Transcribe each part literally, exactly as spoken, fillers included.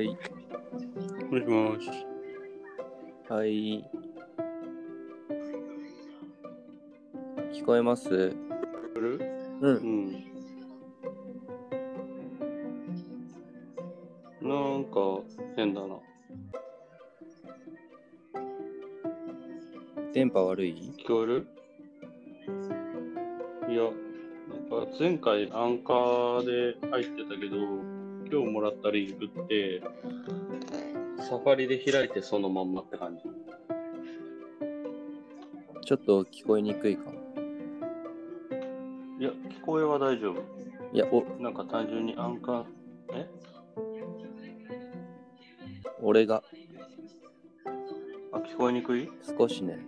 い。 もしもし。 はい。聞こえます？ 聞こえる？ う。 うんん。なんか変だな。 電波悪い？ 聞こえる？いや、なんか前回アンカーで入ってたけど、今日もらったリンクってサファリで開いてそのまんまって感じ。 ちょっと聞こえにくいかも。 いや、聞こえは大丈夫。 いや、お、 なんか単純にアンカー、え俺があ、聞こえにくい？ 少しね。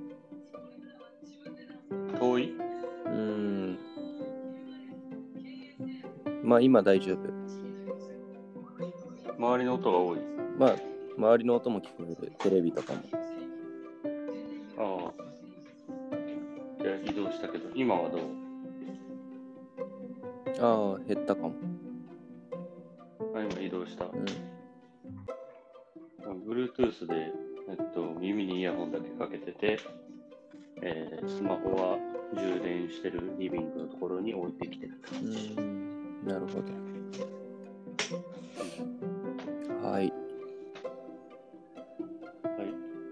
遠い？ うーん。まあ今大丈夫。 周りの音が多い？ まあ、周りの音も聞こえる。テレビとかも。 ああ。じゃあ移動したけど、今はどう？ ああ、減ったかも。 あ、今移動した。 うん。 Bluetooth で、えっと、耳にイヤホンだけかけてて、えースマホは充電してるリビングのところに置いてきてる。 うーん。なるほど。はい。 はい。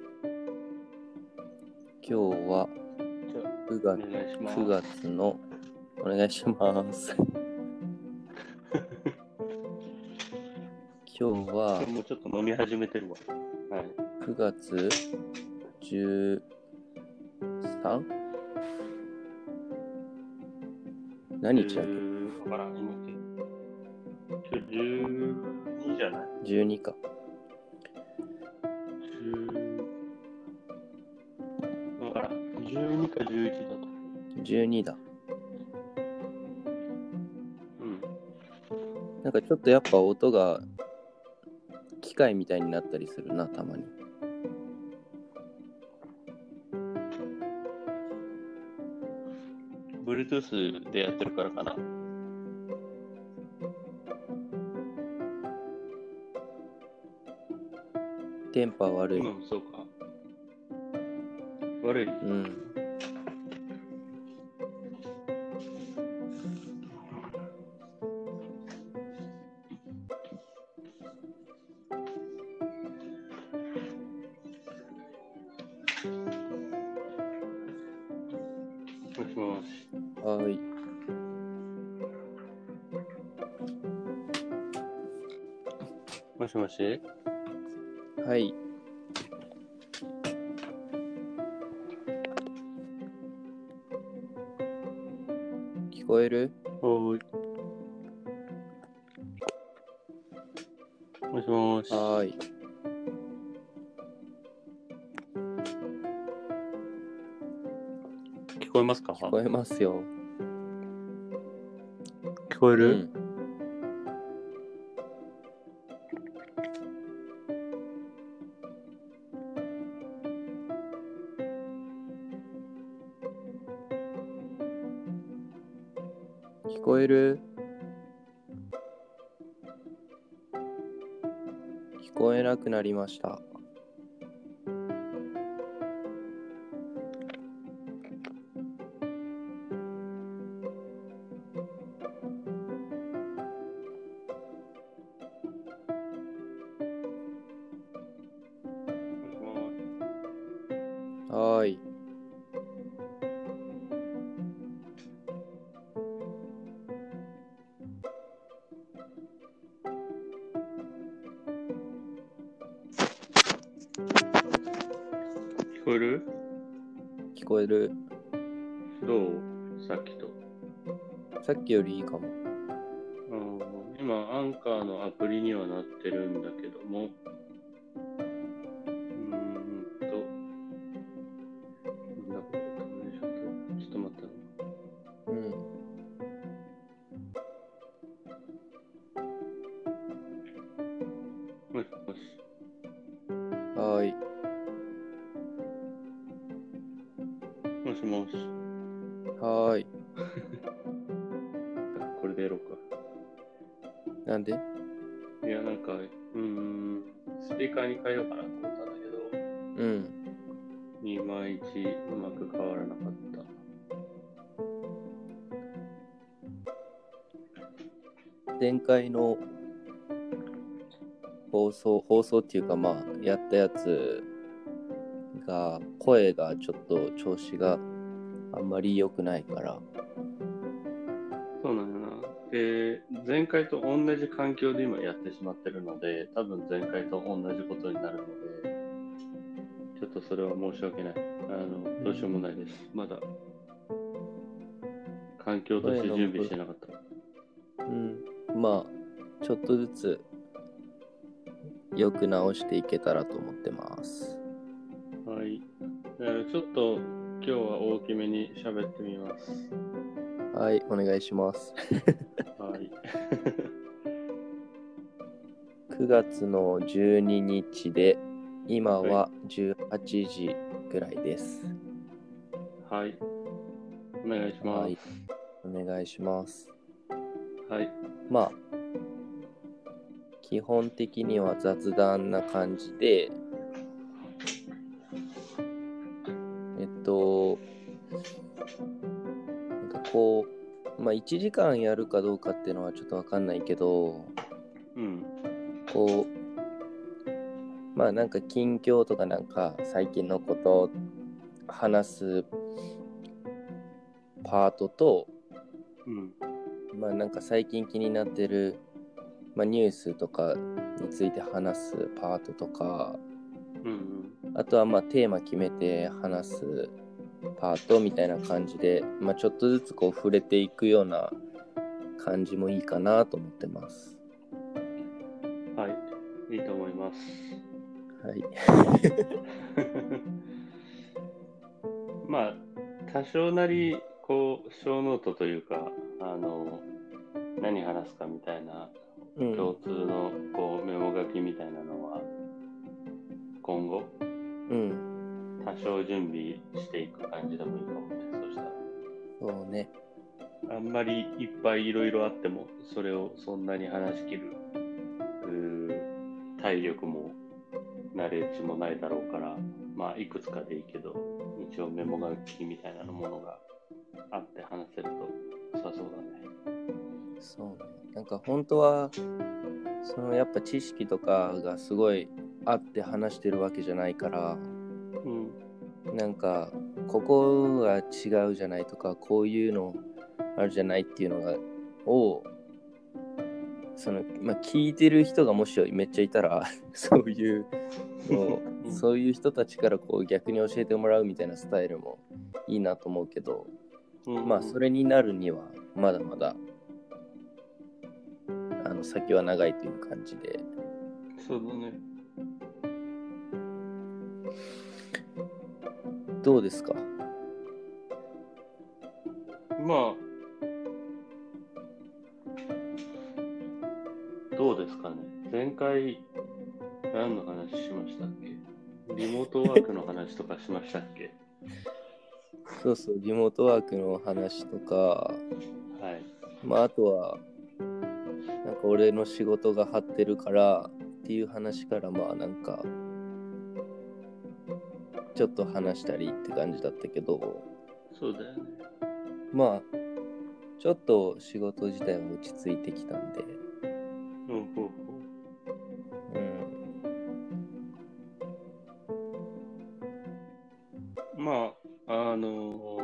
今日はじゃあ、 9 お月、 願いします。 9月の、お願いします。今日は今日もうちょっと飲み始めてるわ。はい。 くがつじゅうさん？何日だっけ？ わからん、今って今日じゅうにじゃない？ じゅうに か。 じゅう、わからん。じゅうにかじゅういちだと。 じゅうにだ。 うん。 なんかちょっとやっぱ音が機械みたいになったりするな、たまに。 Bluetooth でやってるからかな。 電波悪い。 うん、そうか。悪い。 うん。 もしもし。 はーい。 もしもし。 はい。聞こえる？ おーい。もしもし。 はーい。 聞こえますか？ 聞こえますよ。 聞こえる？ うん。聞こえる？聞こえなくなりました。 もしもし。 はーい。 聞こえる？ 聞こえる。 どう？さっきと。 さっきよりいいかも。 あー今、アンカーのアプリにはなってるんだけども、うーんと、なんだこれ、ちょっと待ってな。 うん。 もしもし。 はーい。 もしもし。 はーい。 これでやろうか。 なんで？ いや、なんか、うーん、 ピーカーに変えようかなと思ったんだけど、 うん。 いまいちうまく変わらなかった。 前回の放送、放送っていうかまあ、やったやつが、声がちょっと調子があんまり良くないから。 そうなんだな。で、前回と同じ環境で今やってしまってるので、多分前回と同じことになるので、ちょっとそれは申し訳ない。あの、どうしようもないです。まだ、環境として準備してなかった。 うん。まあ、ちょっとずつ、よく直していけたらと思ってます。 はい。えーちょっと、今日は大きめに喋ってみます。 はい、お願いします。 はい。 くがつのじゅうににちで、今はじゅうはちじぐらいです。 はい。お願いします。はい、 お願いします。 はい。 まあ、基本的には雑談な感じで、えっと、なんかこう、まあいちじかんやるかどうかっていうのはちょっとわかんないけど、 うん。 こう、まあなんか近況とかなんか最近のことを話すパートと、 うん、 まあなんか最近気になってる、まあ、ニュースとかについて話すパートとか、 うんうん、 あとはまあテーマ決めて話すパートみたいな感じで、まあ、ちょっとずつこう触れていくような感じもいいかなと思ってます。 はい、いいと思います。 はい。 まあ、多少なり、こう、小ノートというか、あの、何話すかみたいな、共通のこうメモ書きみたいなのは、今後、うん、多少準備していく感じでもいいかもね、そしたら。そうね。あんまりいっぱいいろいろあっても、それをそんなに話しきる、体力もナレッジもないだろうから、まあ、いくつかでいいけど、一応メモ書きみたいなものがあって話せると良さそうだね。 そうね。なんか本当は、そのやっぱ知識とかがすごいあって話してるわけじゃないから、うん、なんかここが違うじゃないとか、こういうのあるじゃないっていうのがをその、まあ、聞いてる人がもしめっちゃいたらそういうのそういう人たちからこう逆に教えてもらうみたいなスタイルもいいなと思うけど、うん、まあそれになるにはまだまだあの先は長いという感じで。 そうだね。 どうですか？ まあどうですかね。前回何の話しましたっけ？リモートワークの話とかしましたっけ？ そうそう、リモートワークの話とか、はい。まああとはなんか俺の仕事が張ってるからっていう話からまあなんかちょっと話したりって感じだったけど、 そうだよね。 まあちょっと仕事自体は落ち着いてきたんで、 ほうほうほう。うん。まああの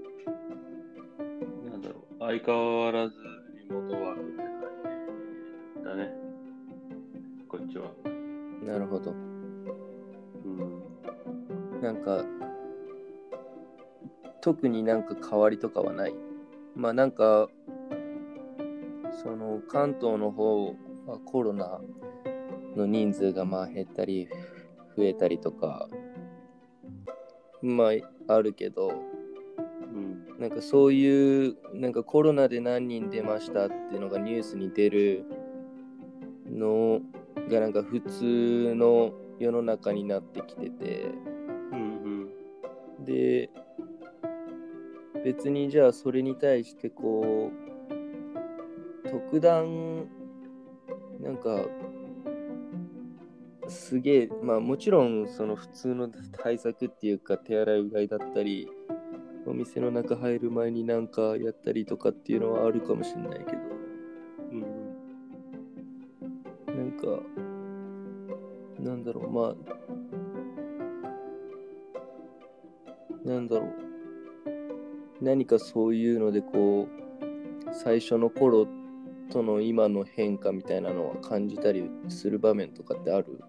ー、なんだろう、相変わらずリモートワークって感じだね。こっちは。 なるほど。うん。なんか特になんか変わりとかはない。まあなんかその関東の方はコロナの人数がまあ減ったり増えたりとかまああるけど、うん、なんかそういうなんかコロナで何人出ましたっていうのがニュースに出るのがなんか普通の世の中になってきてて、うんうん、で別にじゃあそれに対してこう特段なんかすげえ、まあもちろんその普通の対策っていうか手洗いうがいだったり、お店の中入る前になんかやったりとかっていうのはあるかもしれないけど、うん、なんかなんだろう、まあなんだろう、何かそういうのでこう最初の頃との今の変化みたいなのは感じたりする場面とかってある？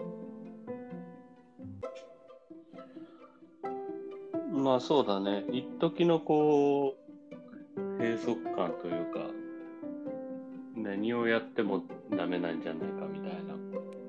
まあそうだね。一時のこう閉塞感というか、何をやってもダメなんじゃないかみたいな、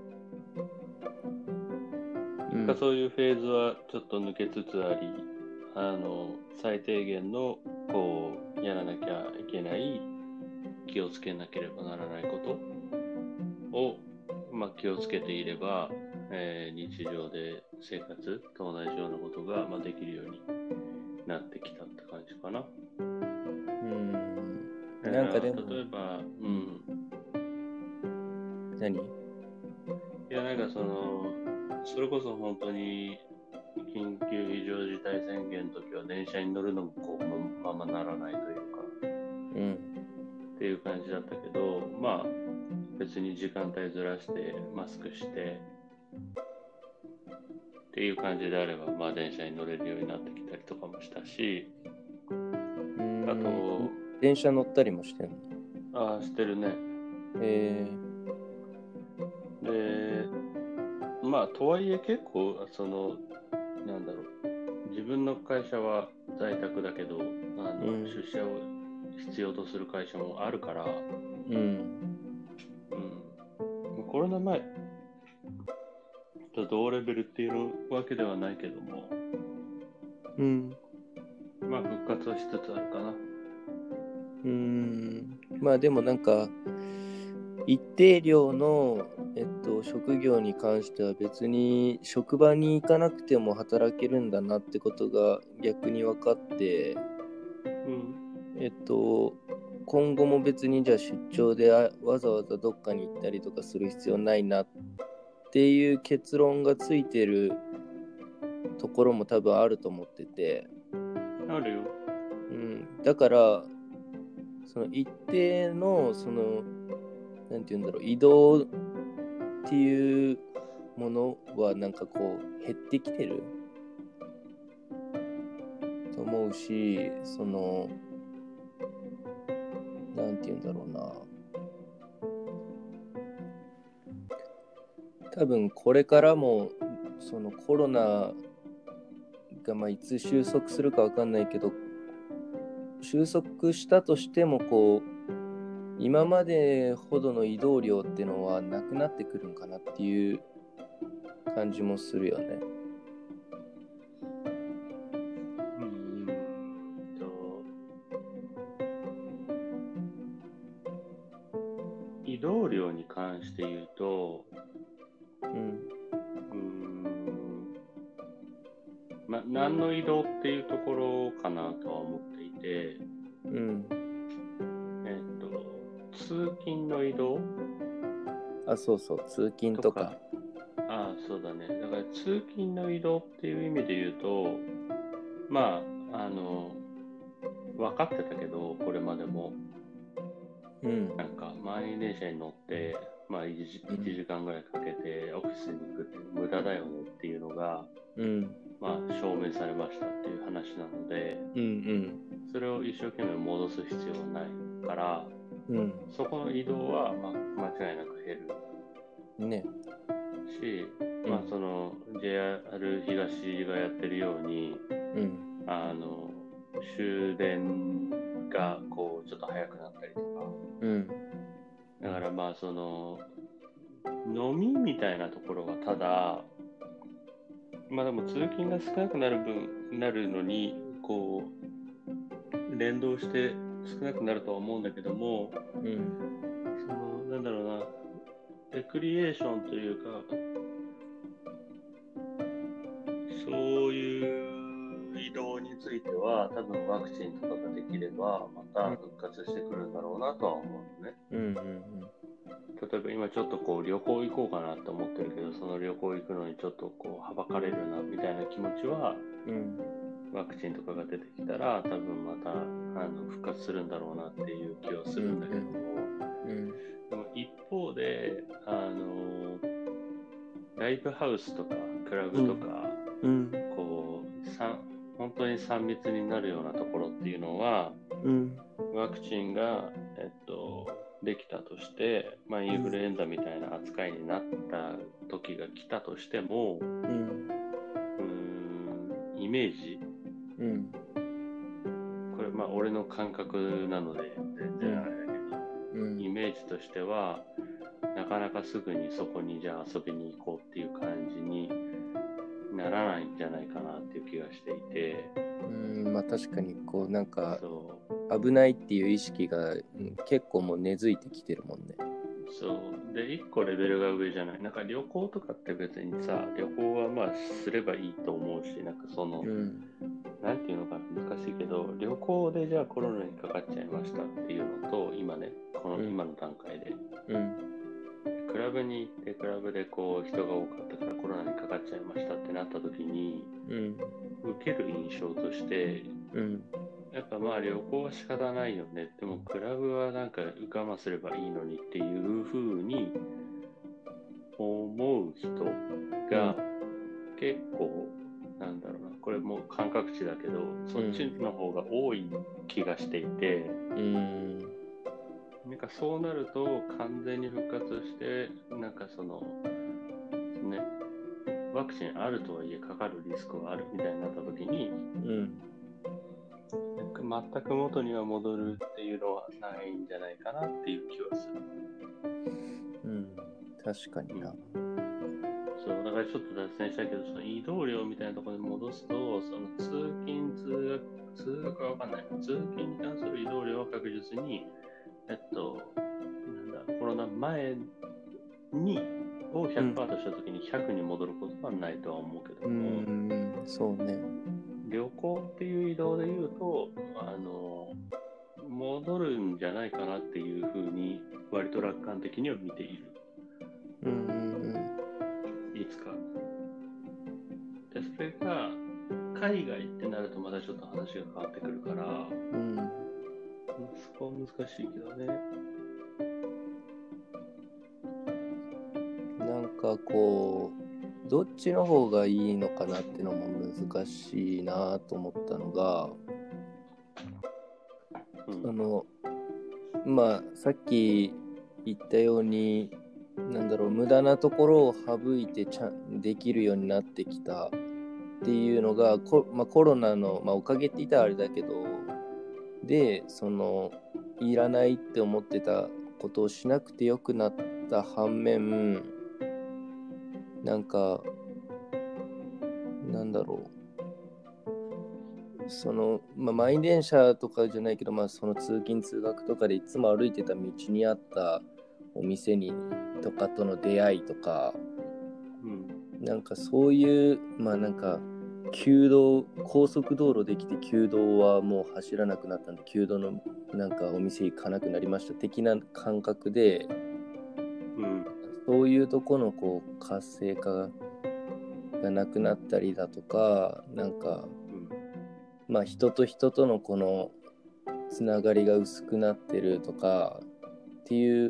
うん、そういうフェーズはちょっと抜けつつあり、あの最低限のこうやらなきゃいけない気をつけなければならないことを、まあ、気をつけていれば、えー、日常で生活と同じようなことが、まあ、できるようになってきたって感じかな。 うん。 なんかでも例えば、うん。 何？いや、なんかその、それこそ本当に緊急非常事態宣言の時は電車に乗るのもこうままならないというか、うん、っていう感じだったけど、まあ別に時間帯ずらしてマスクしてっていう感じであれば、まあ電車に乗れるようになってきたりとかもしたし、 うん、あと電車乗ったりもしてんの？ ああ、してるね。 へえー。で、まあとはいえ結構そのなんだろう、自分の会社は在宅だけど、あの、うん、出社を必要とする会社もあるから、うん、うん、コロナ前と同レベルっていうわけではないけども、うん、まあ復活はしつつあるかな。 うん、まあでもなんか一定量の、えっと、職業に関しては別に職場に行かなくても働けるんだなってことが逆に分かって、うん、えっと今後も別にじゃあ出張でわざわざどっかに行ったりとかする必要ないなっていう結論がついてるところも多分あると思ってて、 あるよ、 うん、だからその一定のそのなんていうんだろう、移動っていうものはなんかこう減ってきてると思うし、そのなんていうんだろうな、多分これからもそのコロナがまあいつ収束するか分かんないけど、収束したとしてもこう今までほどの移動量っていうのはなくなってくるんかなっていう感じもするよね。 うーんと移動量に関して言うと、うん、うーんま、何の移動っていうところかなとは思っていて、うん、えっと通勤の移動、 あ、そうそう、通勤とか。とかああ、そうだね。だから通勤の移動っていう意味で言うと、まあ、あの、分かってたけど、これまでも。うん。なんか、満員電車に乗って、まあいち、いちじかんぐらいかけてオフィスに行くっていう無駄だよねっていうのが、うん、まあ証明されましたっていう話なので、うんうん、それを一生懸命戻す必要はないから、うん、そこの移動は、まあ、間違いなく減る。ね。し、まあその ジェイアール 東がやってるように、うん、あの終電がこうちょっと早くなったりとか、うん、だからまあその飲みみたいなところがただ、まあでも通勤が少なくなる分なるのにこう連動して少なくなるとは思うんだけども、うん、そのなんだろうな、レクリエーションというか、そういう移動については多分ワクチンとかができればまた復活してくるんだろうなとは思うのね。うんうんうん。 例えば今ちょっとこう旅行行こうかなと思ってるけど、その旅行行くのにちょっとこうはばかれるなみたいな気持ちは、うん、ワクチンとかが出てきたら多分またあの復活するんだろうなっていう気はするんだけども、うんうん、でも一方であのライブハウスとかクラブとか、うん、こうさ本当にさん密になるようなところっていうのは、うん、ワクチンが、えっと、できたとして、まあ、インフルエンザみたいな扱いになった時が来たとしても、うん、うーんイメージ、うん、これまあ俺の感覚なので全然あれだけど、うん、イメージとしてはなかなかすぐにそこにじゃあ遊びに行こうっていう感じにならないんじゃないかなっていう気がしていて、 うん、まあ確かにこうなんか危ないっていう意識が、うん、結構もう根付いてきてるもんね。 そうでいっこレベルが上じゃない。なんか旅行とかって別にさ、旅行はまあすればいいと思うし、なんかその、うん、なんていうのか難しいけど、旅行でじゃあコロナにかかっちゃいましたっていうのと、今ねこの今の段階で、うん、クラブに行ってクラブでこう人が多かったからコロナにかかっちゃいましたってなった時に、うん、受ける印象として、うん、やっぱまあ旅行は仕方ないよね。でもクラブはなんか我慢すればいいのにっていう風に思う人が結構、なんだろうな、これもう感覚値だけど、そっちの方が多い気がしていて、うん、なんかそうなると完全に復活して、なんかそのね、ワクチンあるとはいえかかるリスクはあるみたいになった時に、うん全く元には戻るっていうのはないんじゃないかなっていう気はする。 うん、確かにな。 うん、そうだからちょっと脱線したけど、その移動量みたいなところに戻すと、その通勤通学通学は分かんない。通勤に関する移動量は確実にえっとなんだコロナ前にを ひゃくパーセント とした時にひゃくに戻ることはないとは思うけども、うん、 そうね。 旅行っていう移動で言うと、あの戻るんじゃないかなっていうふうに割と楽観的には見ている。うんうんうん。いつか。でそれが海外ってなるとまたちょっと話が変わってくるから、うん、そこは難しいけどね。 なんかこうどっちの方がいいのかなってのも難しいなと思ったのが、うん、そのまあさっき言ったようになんだろう無駄なところを省いてちゃんできるようになってきたっていうのがコ、まあ、コロナの、まあ、おかげって言ったらあれだけどでそのいらないって思ってたことをしなくてよくなった反面なんかなんだろうその、まあ、満員電車とかじゃないけど、まあ、その通勤通学とかでいつも歩いてた道にあったお店にとかとの出会いとか、うん、なんかそういうまあなんか旧道高速道路できて旧道はもう走らなくなったんで旧道のなんかお店行かなくなりました的な感覚で、うん、そういうとこのこう活性化がなくなったりだとかなんか、うん、まあ人と人とのこのつながりが薄くなってるとかっていう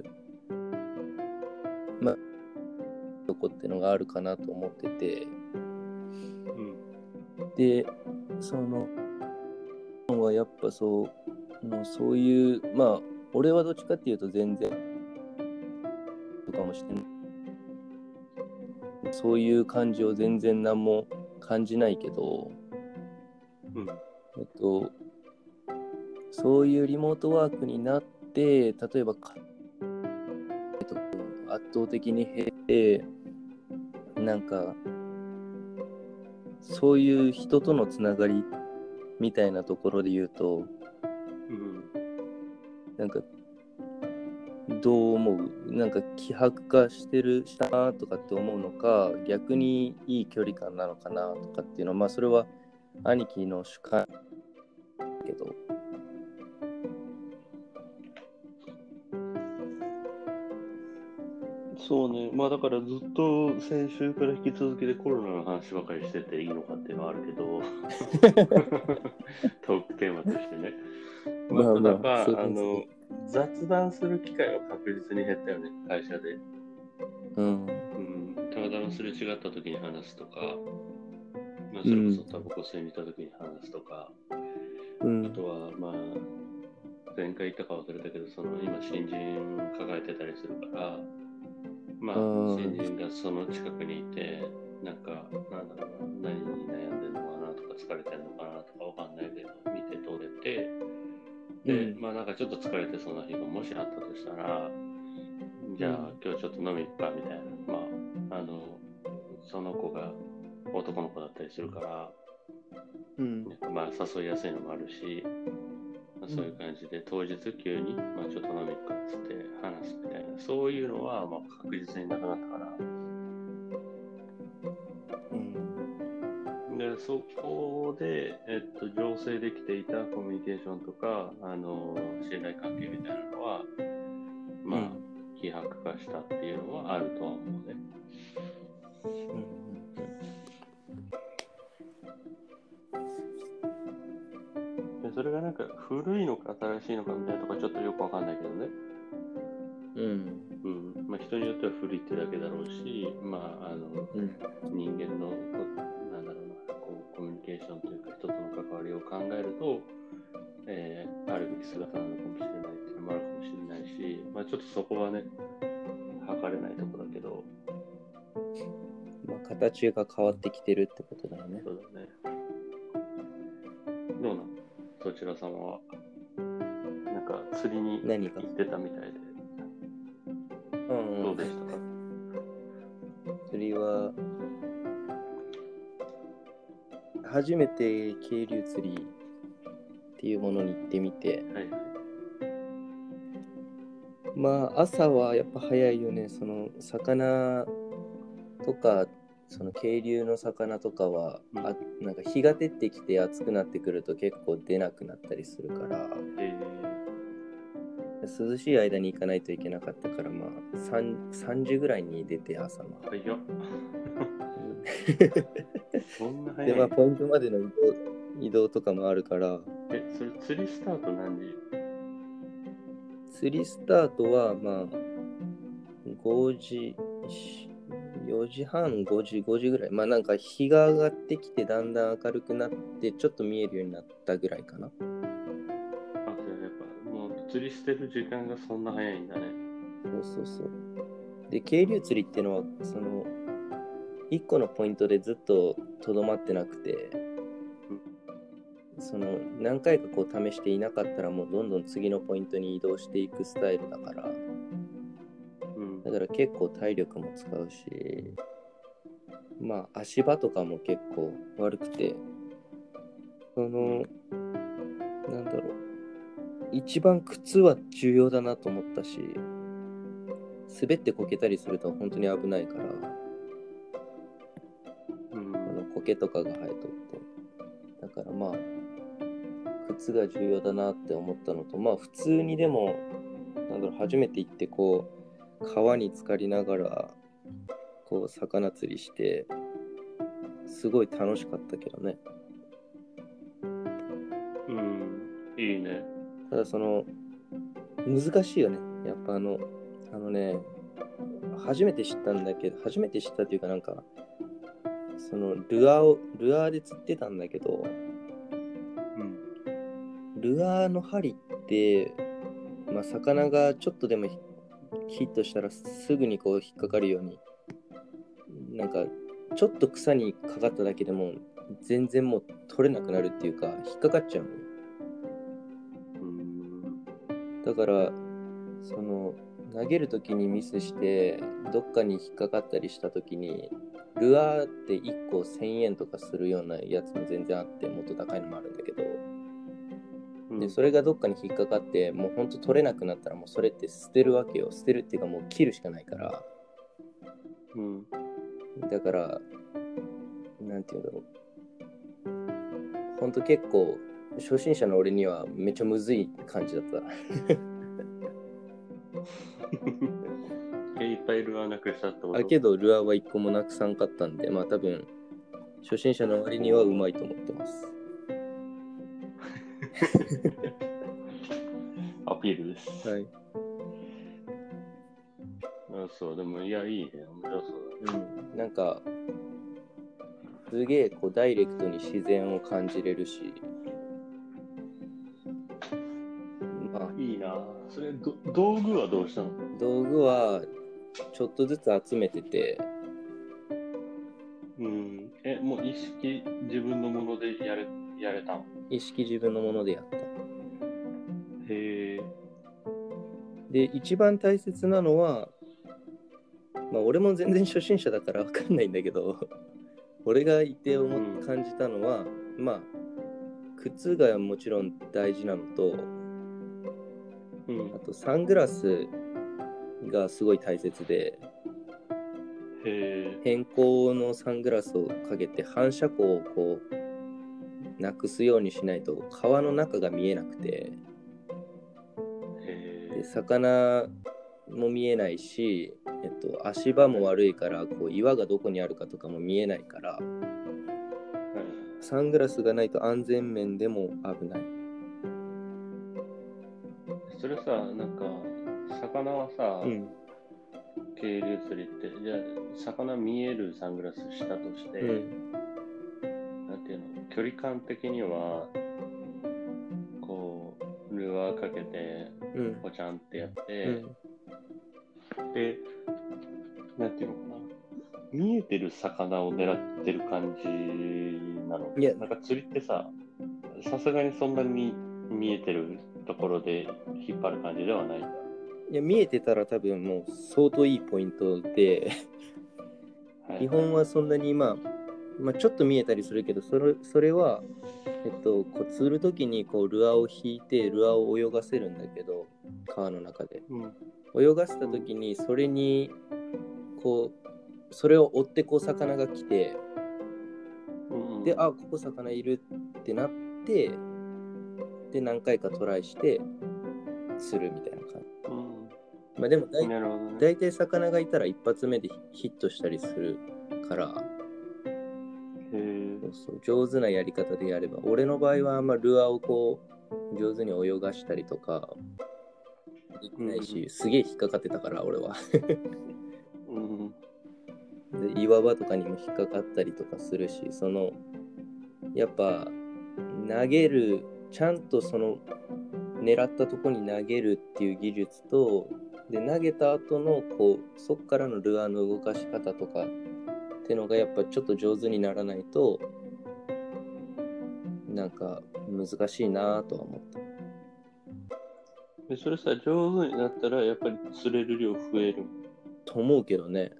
まあとこってのがあるかなと思ってて、うん、でそのはやっぱそうもうそういうまあ俺はどっちかっていうと全然かもしれないそういう感じを全然何も感じないけど、うん、えっとそういうリモートワークになって例えば、えっと、圧倒的に減ってなんかそういう人とのつながりみたいなところで言うと、うん、なんかどう思う？なんか希薄化してるしたなとかって思うのか逆にいい距離感なのかなとかっていうのはまあそれは兄貴の主観だけどそうね、まあだからずっと先週から引き続きでコロナの話ばかりしてていいのかっていうのはあるけど、トークテーマとしてね。まあ、ただまあ、あの、雑談する機会は確実に減ったよね、会社で。 うん。 うん、たまたますれ違った時に話すとか、まあ、それこそタバコ吸いに行った時に話すとか、うん、あとはまあ、前回言ったか忘れたけど、その今新人抱えてたりするから、まあ、新人がその近くにいて、なんか、なんだろうな、何に悩んでるのかなとか、疲れてるのかなとかわかんないけど、見て取れて、で、うん、まあなんかちょっと疲れてそうな日がもしあったとしたら、じゃあ今日ちょっと飲み行くかみたいな、まあ、あの、その子が男の子だったりするから、うん、まあ誘いやすいのもあるし、まあ、そういう感じで当日急に、まあ、ちょっと飲み行くかっつって話すみたいな、そういうのはまあ確実になくなったから、うん、でそこで、えっと、醸成できていたコミュニケーションとか、あの信頼関係みたいなのは、まあ、うん、希薄化したっていうのはあるとは思うね。うん、それがなんか古いのか新しいのかみたいなとこはちょっとよくわかんないけどね。うん。うん。まあ人によっては古いってだけだろうし、まああの、うん、人間のなんだろうな、こうコミュニケーションというか人との関わりを考えると、えー、あるべき姿なのかもしれないっていうのもあるかもしれないし、まあちょっとそこはね、測れないところだけど。 まあ形が変わってきてるってことだよね。 そうだね。どうなの？そちら様はなんか釣りに行ってたみたいで、うんうん、どうでしたか？ 釣りは初めて渓流釣りっていうものに行ってみて、はい、まあ朝はやっぱ早いよね。その魚とかその渓流の魚とかは、うん、あなんか日が照ってきて暑くなってくると結構出なくなったりするから、えー、涼しい間に行かないといけなかったから、まあ 3, さんじぐらいに出て朝の早っそんな早い。 でまあポイントまでの移動移動とかもあるから。 え、それ釣りスタート何時？ 釣りスタートはまあごじよじはんごじごじぐらい、まあなんか日が上がってきてだんだん明るくなってちょっと見えるようになったぐらいかな。あ、 じゃあやっぱもう釣りしてる時間がそんな早いんだね。 そうそうそう。で渓流釣りっていうのはそのいっこのポイントでずっととどまってなくて、うん、その何回かこう試していなかったらもうどんどん次のポイントに移動していくスタイルだから、うん、だから結構体力も使うし、まあ足場とかも結構悪くて、その、うん、なんだろう、一番靴は重要だなと思ったし、滑ってこけたりすると本当に危ないから、うん、あの苔とかが生えとって、だからまあ靴が重要だなって思ったのと、まあ普通にでもなんだろう、初めて行ってこう川に浸かりながらこう魚釣りしてすごい楽しかったけどね。 うん、いいね。 ただその難しいよね。やっぱあのあのね、初めて知ったんだけど、初めて知ったっていうかなんかそのルアーをルアーで釣ってたんだけど、うん、ルアーの針って、まあ、魚がちょっとでもヒットしたらすぐにこう引っかかるように、なんかちょっと草にかかっただけでも全然もう取れなくなるっていうか引っかかっちゃうのよ。だからその投げるときにミスしてどっかに引っかかったりしたときにルアーっていっこせんえんとかするようなやつも全然あって、もっと高いのもあるんだけど、うん、でそれがどっかに引っかかってもうほんと取れなくなったらもうそれって捨てるわけよ。捨てるっていうかもう切るしかないから、うん、だからなんていうんだろう、ほんと結構初心者の俺にはめっちゃむずい感じだった。 えいっぱいルアーなくしたってこと？ あ、けどルアーはいっこもなくさんかったんで、まあ多分初心者の割にはうまいと思ってます。 アピールです。 はい。 あ、そう、でもいや、いいね。面白そうだね。 うん。なんか、すげえこうダイレクトに自然を感じれるし、まあ、 いいな。それど、道具はどうしたの？ 道具はちょっとずつ集めてて、 うん。え、もう意識自分のものでやれ、やれたの？ 意識自分のものでやった。 へえ。 で、一番大切なのは、まあ俺も全然初心者だから分かんないんだけど、俺がいて思っ感じたのは、うん、まあ靴がもちろん大事なのと、うん、あとサングラスがすごい大切で、 へ偏光のサングラスをかけて反射光をこうなくすようにしないと川の中が見えなくて、 へで魚も見えないし、えっと、足場も悪いからこう岩がどこにあるかとかも見えないから、はい、サングラスがないと安全面でも危ない。 それさ、なんか魚はさ、うん、渓流釣りってじゃあ魚見えるサングラスしたとして、うん、なんていうの、距離感的にはこうルアーかけてポチャンってやって、うん、でなんていうのかな、見えてる魚を狙ってる感じなの？いや、なんか釣りってさ、さすがにそんなに見えてるところで引っ張る感じではない。 いや、見えてたら多分もう相当いいポイントで基本はそんなに、まあ、まあちょっと見えたりするけど、それ、それはえっとこう釣るときにこうルアーを引いてルアーを泳がせるんだけど、川の中で、うん、泳がせたときにそれにこうそれを追ってこう魚が来て、うん、で、あ、ここ魚いるってなって、で何回かトライして釣るみたいな感じ。うん、まあでもだい、ね、大体魚がいたら一発目でヒットしたりするから、へ、そうそう、上手なやり方でやれば。俺の場合はあんまルアーをこう上手に泳がしたりとかできないし、うん、すげえ引っかかってたから俺は、うん、で岩場とかにも引っかかったりとかするし、そのやっぱ投げる、ちゃんとその狙ったとこに投げるっていう技術と、で投げた後のこうそっからのルアーの動かし方とかってのがやっぱちょっと上手にならないとなんか難しいなとは思った。 でそれさ、上手になったらやっぱり釣れる量増えると思うけどね。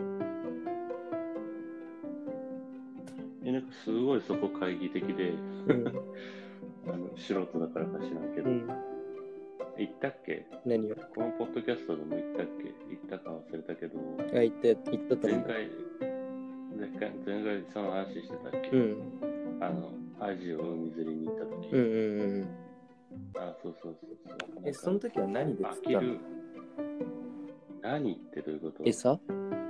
え、なんかすごいそこ懐疑的で、うん、あの素人だからか知らんけど、うん、言ったっけ？ 何を？ このポッドキャストでも言ったっけ？言ったか忘れたけど、 あ、言った、言ったと思う。 前回前回前回その話してたっけ？うん、あのアジを海釣りに行った時、うんうんうん、あ、そうそうそうそう。 え、その時は何で釣ったの？ 何ってどういうこと？ 餌？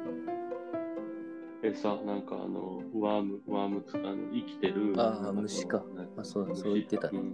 餌、なんかあのワームワームあの生きてる、 ああ、虫か。あ、そうそう言ってたね。うん、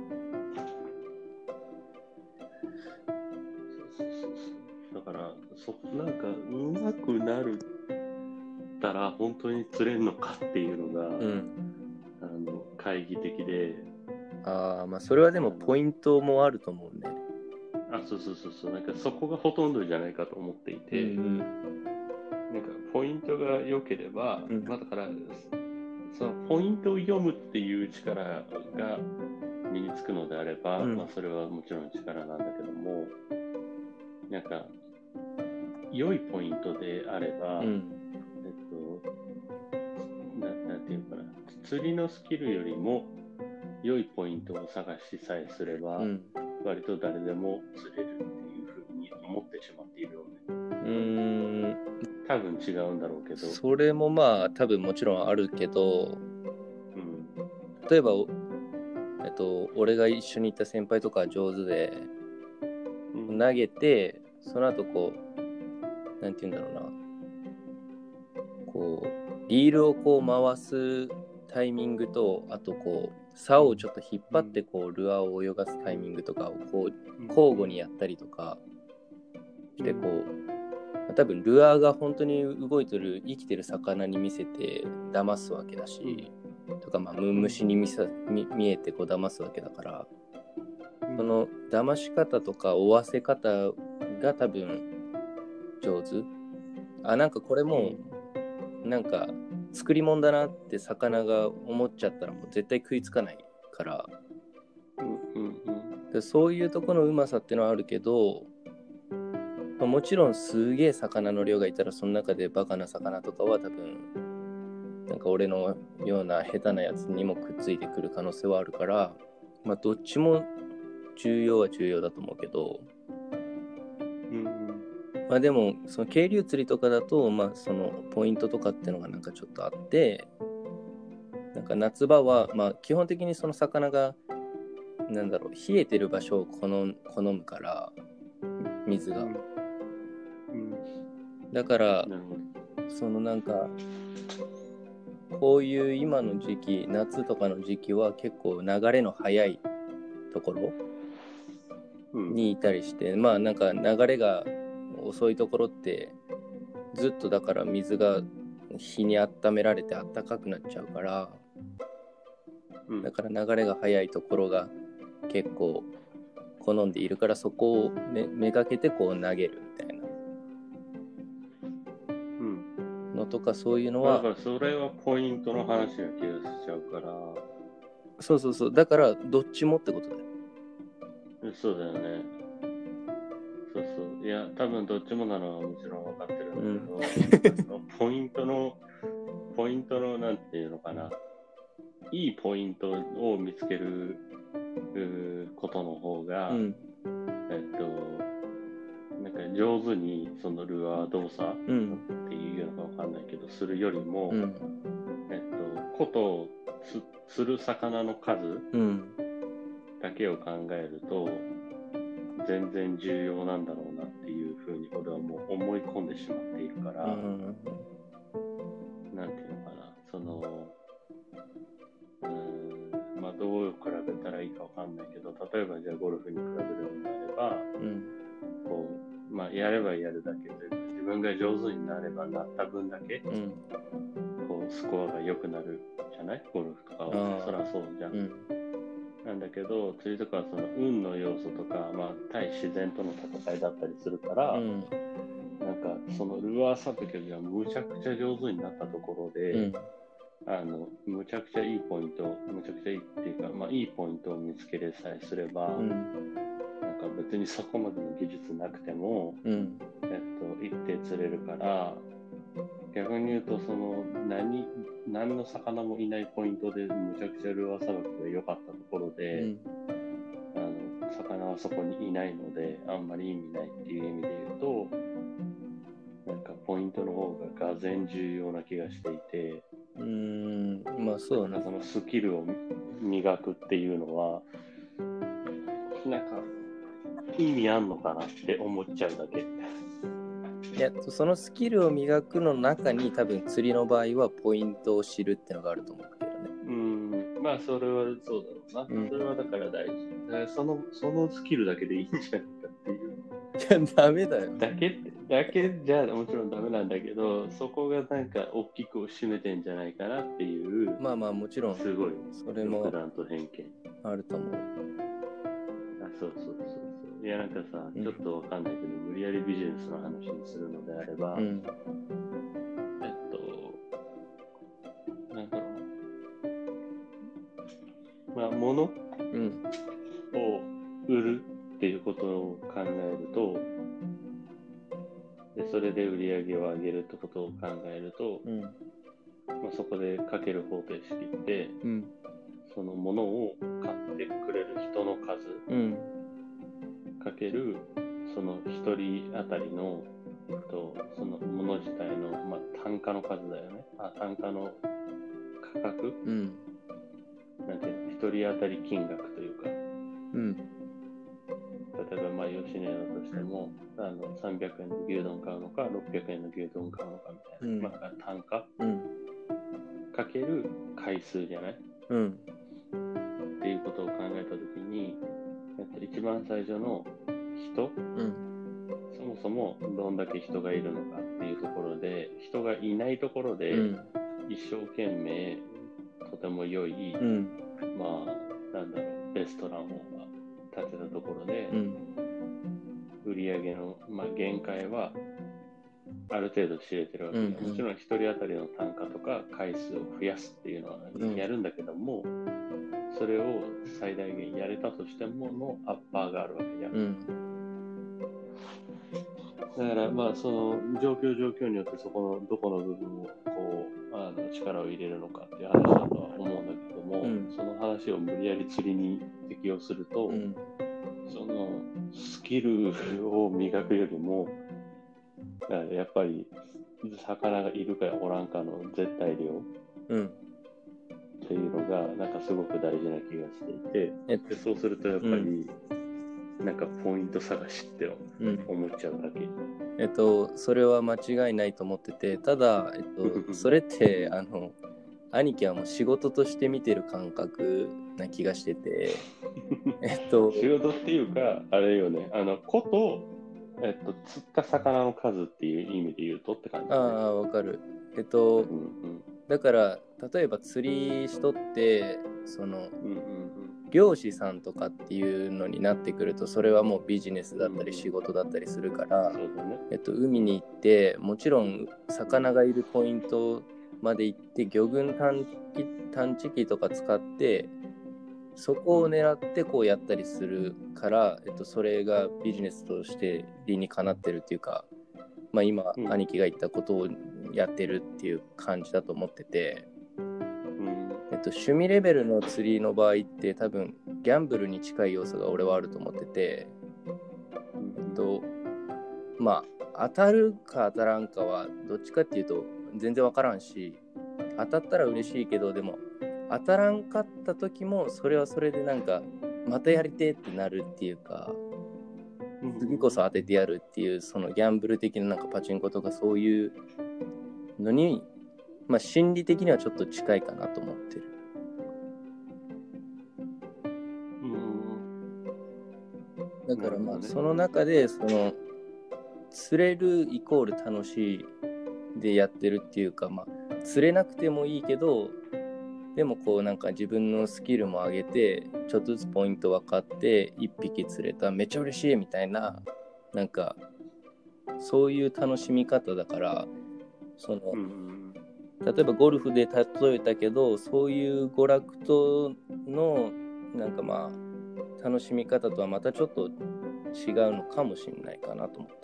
だからそなんかうまくなるったら本当に釣れるのかっていうのが、うん、あの懐疑的で。 ああ、まあそれはでもポイントもあると思うね。 あ、そうそうそうそう、なんかそこがほとんどじゃないかと思っていて、うんうん、なんかポイントが良ければ、うん、まあ、だからそのポイントを読むっていう力が身につくのであれば、うん、まあそれはもちろん力なんだけども、なんか良いポイントであれば、うん、えっとな、なんていうかな、釣りのスキルよりも良いポイントを探しさえすれば、うん、割と誰でも釣れるっていうふうに思ってしまっているよね。うーん、多分違うんだろうけど。 それもまあ多分もちろんあるけど、うん、例えば、えっと、俺が一緒に行った先輩とか上手で、うん、投げてその後こうなんて言うんだろうな、こうリールをこう回すタイミングと、あとこう竿をちょっと引っ張ってこうルアーを泳がすタイミングとかをこう交互にやったりとかしてこう、多分ルアーが本当に動いてる生きてる魚に見せて騙すわけだし、とかまあ虫に見さ見見えてこう騙すわけだから、その騙し方とか追わせ方が多分上手。あ、なんかこれもなんか作り物だなって魚が思っちゃったらもう絶対食いつかないから、 うんうんうん、 でそういうところのうまさっていうのはあるけど、まあ、もちろんすげえ魚の量がいたらその中でバカな魚とかは多分なんか俺のような下手なやつにもくっついてくる可能性はあるから、まあどっちも重要は重要だと思うけど、 うん、 まあでもその渓流釣りとかだとまあそのポイントとかっていうのがなんかちょっとあって、なんか夏場はまあ基本的にその魚がなんだろう冷えてる場所を好む、好むから水が、うんうん、だからそのなんかこういう今の時期夏とかの時期は結構流れの速いところにいたりして、うん、まあなんか流れが遅いところってずっとだから水が日に温められて暖かくなっちゃうから、うん、だから流れが速いところが結構好んでいるから、そこを め, めがけてこう投げるみたいな、うん、のとかそういうのは、 だからそれはポイントの話が気がしちゃうから、 そうそうそう、だからどっちもってことだよ。 そうだよね。そうそう。いや、多分どっちもなのはもちろん分かってるんだけど、うん、ポイントの、ポイントのなんていうのかな、いいポイントを見つけることの方が、うん、えっと、なんか上手にそのルアー動作っていうのか分かんないけど、するよりも、うん、えっと、ことつ釣る魚の数だけを考えると、全然重要なんだろうなっていうふうに俺はもう思い込んでしまっているから、うん、なんていうのかな、その、うーん、まあどう比べたらいいかわかんないけど、例えばじゃあゴルフに比べるのであれば、うん、こう、まあやればやるだけというか、自分が上手になればなった分だけ、うん、こうスコアが良くなるじゃない？ゴルフとかは。そりゃそうじゃん。うん、なんだけど、釣りとかはその運の要素とか、まあ、対自然との戦いだったりするから、うん、なんかそのルアーさばきがむちゃくちゃ上手になったところで、うん、あのむちゃくちゃいいポイント、むちゃくちゃいいっていうか、まあ、いいポイントを見つけれさえすれば、うん、なんか別にそこまでの技術なくても、うん、えっと、一定釣れるから、逆に言うとその何何の魚もいないポイントでむちゃくちゃルアーさばきが良かったところで、うん、あの魚はそこにいないのであんまり意味ないっていう意味で言うと、なんかポイントの方ががぜん重要な気がしていて、うーん、まあそうね。そのスキルを磨くっていうのはなんか意味あんのかなって思っちゃうだけ。いや、そのスキルを磨くの中に多分釣りの場合はポイントを知るってのがあると思うけどね。うん、まあそれはそうだろうな。うん、それはだから大事。だからそのそのスキルだけでいいんじゃないかっていう。いや、ダメだよ。だけだけじゃもちろんダメなんだけど、そこがなんか大きく占めてんじゃないかなっていう。まあまあもちろん。すごい。それも。独断と偏見。あると思う。あ、そうそうそうそう。いやなんかさ、うん、ちょっとわかんないけど、無理やりビジネスの話にするのであれば、うん、えっと、なんだろう。まあ、物、うん、を売るっていうことを考えると、でそれで売り上げを上げるってことを考えると、うん、まあ、そこでかける方程式って、うん、そのものを買ってくれる人の数、うん、かけるその一人当たりの、えっと、そのもの自体の、まあ、単価の数だよね。あ、単価の価格、うん、なんていうの、一人当たり金額というか、うん、 例えばまあ吉野家だとしてもあのさんびゃくえんの牛丼買うのかろっぴゃくえんの牛丼買うのかみたいな、うんまあ、単価、うん、かける回数じゃない、うん、っていうことを考えたときに、えっと、一番最初の人、うん、そもそもどんだけ人がいるのかっていうところで、人がいないところで一生懸命とても良い、うん、まあなんだろうレストランを建てたところで、うん、売り上げの、まあ、限界はある程度知れてるわけで、うんうん、もちろん一人当たりの単価とか回数を増やすっていうのはやるんだけども、うん、それを最大限やれたとしてものアッパーがあるわけじゃん、うん、だからまあその状況状況によってそこのどこの部分をこうあの力を入れるのかっていう話だとは思うんだけども、うん、その話を無理やり釣りに適用すると、うん、そのスキルを磨くよりもやっぱり魚がいるかおらんかの絶対量、うん、っていうのがなんかすごく大事な気がしていて、えでそうするとやっぱり、うん、なんかポイント探しって思っちゃうだけ、うん、 えっとそれは間違いないと思ってて、ただ、えっと、それってあの兄貴はもう仕事として見てる感覚な気がしててえっと仕事っていうかあれよね、あのことえっと、釣った魚の数っていう意味で言うとって感じ、ね、 ああ、わかる。えっと、うんうん、だから例えば釣りしとってその、うんうんうん、漁師さんとかっていうのになってくるとそれはもうビジネスだったり仕事だったりするから、うんうんねえっと、海に行ってもちろん魚がいるポイントまで行って魚群探知機、探知機とか使ってそこを狙ってこうやったりするから、えっと、それがビジネスとして理にかなってるっていうか、まあ、今、うん、兄貴が言ったことをやってるっていう感じだと思ってて、うんえっと、趣味レベルの釣りの場合って多分ギャンブルに近い要素が俺はあると思ってて、えっと、まあ当たるか当たらんかはどっちかっていうと全然分からんし、当たったら嬉しいけどでも当たらんかった時もそれはそれでなんかまたやりてってなるっていうか、次こそ当ててやるっていうそのギャンブル的ななんかパチンコとかそういうのに、まあ心理的にはちょっと近いかなと思ってる。だからまあその中でその釣れるイコール楽しいでやってるっていうか、まあ釣れなくてもいいけどでもこうなんか自分のスキルも上げてちょっとずつポイント分かって一匹釣れためっちゃ嬉しいみたいななんかそういう楽しみ方だからその、うん、例えばゴルフで例えたけどそういう娯楽とのなんかまあ楽しみ方とはまたちょっと違うのかもしれないかなと思った、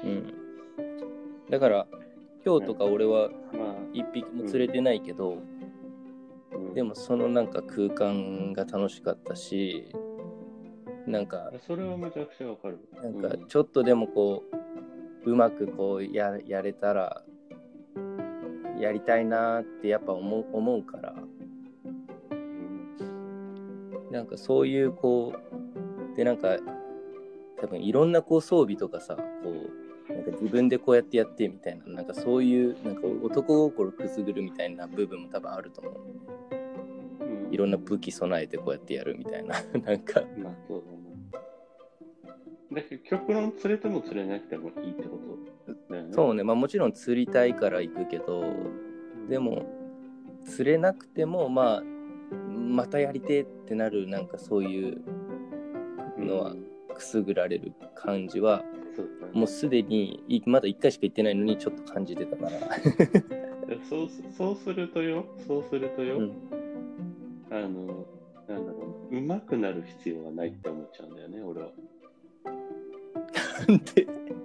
うんうん、だから今日とか俺は一匹も釣れてないけど、うん、でもそのなんか空間が楽しかったしなんかそれはめちゃくちゃわかる。 なんかちょっとでもこううまくこう や, やれたらやりたいなってやっぱ思う、思うから、うん、なんかそういうこうでなんか多分いろんなこう装備とかさこうなんか自分でこうやってやってみたいななんかそういうなんか男心くすぐるみたいな部分も多分あると思う。いろんな武器備えてこうやってやるみたいななんか、 まあそうだね。だけど極論釣れても釣れなくてもいいってことだよね。 そうね、まあもちろん釣りたいから行くけど、でも釣れなくてもまあまたやりてってなるなんかそういうのはくすぐられる感じは、うん、もうすでにまだいっかいしか行ってないのにちょっと感じてたからそう、そうするとよ、そうするとよ、うん、あの、なんだろう、うまくなる必要はないって思っちゃうんだよね、俺は。 なんで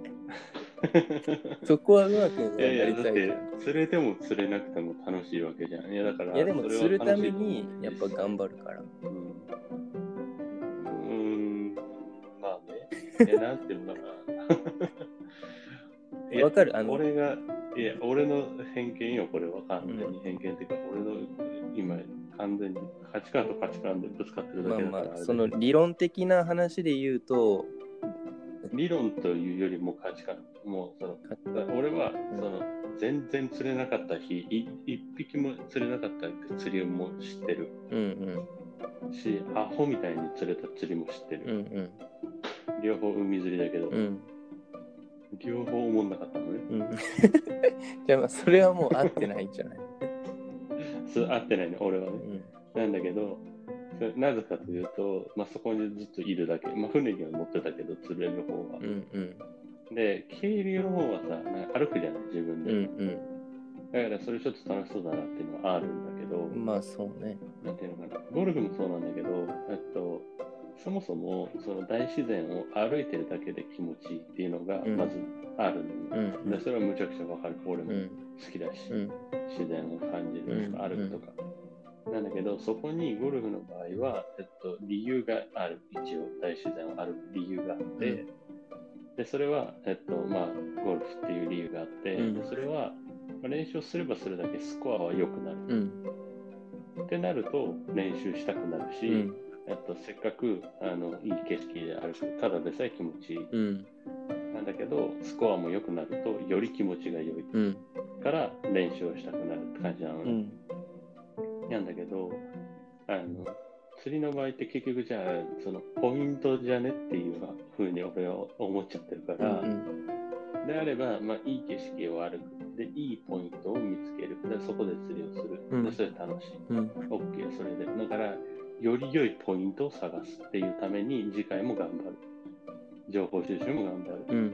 そこはうまくなりたい。 いやいや、だって釣れても釣れなくても楽しいわけじゃん。いやだから。 いやでも釣るためにやっぱ頑張るから。 うん。うーん、まあね。いやなんていうのかな。わかるあの。 俺がいや俺の偏見よこれは完全に偏見っていうか、うん、俺の今完全に価値観と価値観でぶつかってるだけだから、 まあまあその理論的な話で言うと、 理論というよりも価値観、もうその俺はその全然釣れなかった日、い一匹も釣れなかったって釣りも知ってる、 うんうん、し、アホみたいに釣れた釣りも知ってる、 うんうん、 両方海釣りだけど、うん、両方思んなかったのね、うん、 じゃあまあそれはもう合ってないんじゃないそう合ってないね俺はね、うん、なんだけどなぜかというと、まあ、そこにずっといるだけ、まあ、船には乗ってたけど釣れる方は、うんうん、で渓流の方はさなんか歩くじゃない自分で、うんうん、だからそれちょっと楽しそうだなっていうのはあるんだけど、 まあそうね、 なんていうのかな、ゴルフもそうなんだけど、えっとそもそもその大自然を歩いてるだけで気持ちいいっていうのがまずあるの、うんうん、でそれはむちゃくちゃわかる。俺も好きだし、うん、自然を感じるとか歩くとか、うんうん、なんだけどそこにゴルフの場合は、えっと、理由がある。一応大自然を歩く理由があって、うん、でそれは、えっとまあ、ゴルフっていう理由があって、うん、でそれは練習すればするだけスコアは良くなる、うん、ってなると練習したくなるし、うんえっと、せっかくあのいい景色で歩くただでさえ気持ちいい、うん、なんだけどスコアも良くなるとより気持ちが良い、うん、から練習をしたくなるって感じなのね、うん、なんだけどあの釣りの場合って結局じゃあそのポイントじゃねっていうふうに俺は思っちゃってるから、うんうん、であれば、まあ、いい景色を歩くでいいポイントを見つけるでそこで釣りをする、うん、でそれ楽しい、うん、OK それでだからより良いポイントを探すっていうために次回も頑張る情報収集も頑張る、うん、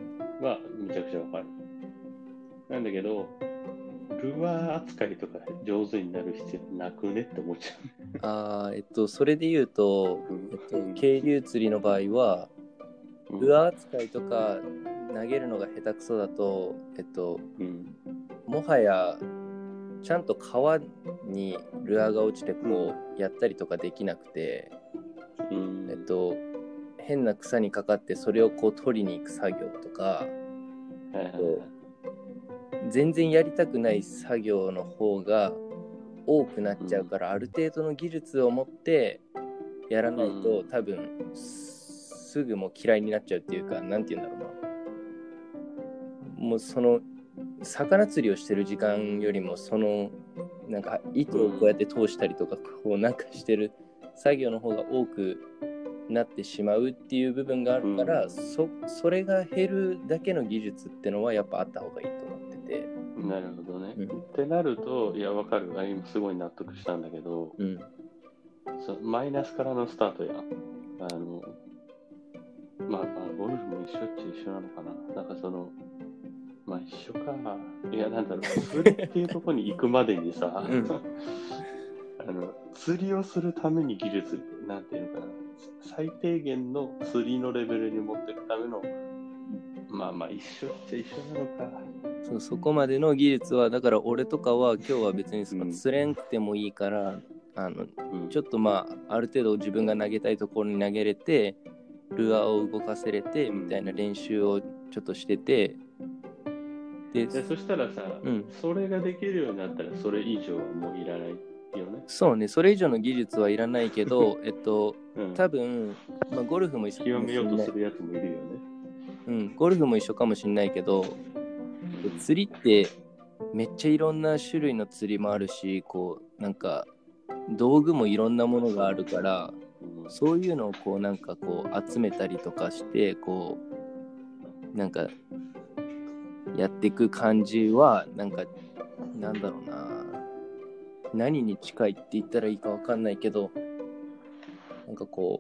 はむちゃくちゃわかるなんだけどルアー扱いとか上手になる必要なくねって思っちゃうあーえっとそれで言うと、えっと、渓流釣りの場合は、うん、ルアー扱いとか投げるのが下手くそだとえっと、うん、もはやちゃんと川にルアーが落ちてこうやったりとかできなくて、うん、えっと変な草にかかってそれをこう取りに行く作業とか、えっと、全然やりたくない作業の方が多くなっちゃうから、うん、ある程度の技術を持ってやらないと、うん、多分すぐもう嫌いになっちゃうっていうかなんて言うんだろうなもうその魚釣りをしてる時間よりもそのなんか糸をこうやって通したりとかこうなんかしてる作業の方が多くなってしまうっていう部分があるから、うん、そ, それが減るだけの技術ってのはやっぱあった方がいいと思ってて。 なるほどね、うん、ってなるといやわかる今すごい納得したんだけど、うん、そマイナスからのスタートやあのまあまあゴルフも一緒っちゃ一緒なのかななんかそのまあ一緒か。いや、なんだろう、釣りっていうところに行くまでにさ、うん、あの釣りをするために技術、なんていうのかな、最低限の釣りのレベルに持っていくための、まあまあ一緒っちゃ一緒なのか。 そうそこまでの技術は、だから俺とかは今日は別にその釣れんくてもいいから、うん、あのちょっとまあある程度自分が投げたいところに投げれて、ルアーを動かせれてみたいな練習をちょっとしてて、 ででそしたらさ、うん、それができるようになったらそれ以上はもういらないよね。 そうね、それ以上の技術はいらないけど、えっと、うん、多分、まあ、ゴルフも一緒かもしれない。 極めようとするやつもいるよね。 うん、ゴルフも一緒かもしれないけど、うん、釣りってめっちゃいろんな種類の釣りもあるし、こうなんか道具もいろんなものがあるから、うん、そういうのをこうなんかこう集めたりとかして、こうなんかやっていく感じはなんかなんだろうな、何に近いって言ったらいいか分かんないけど、なんかこ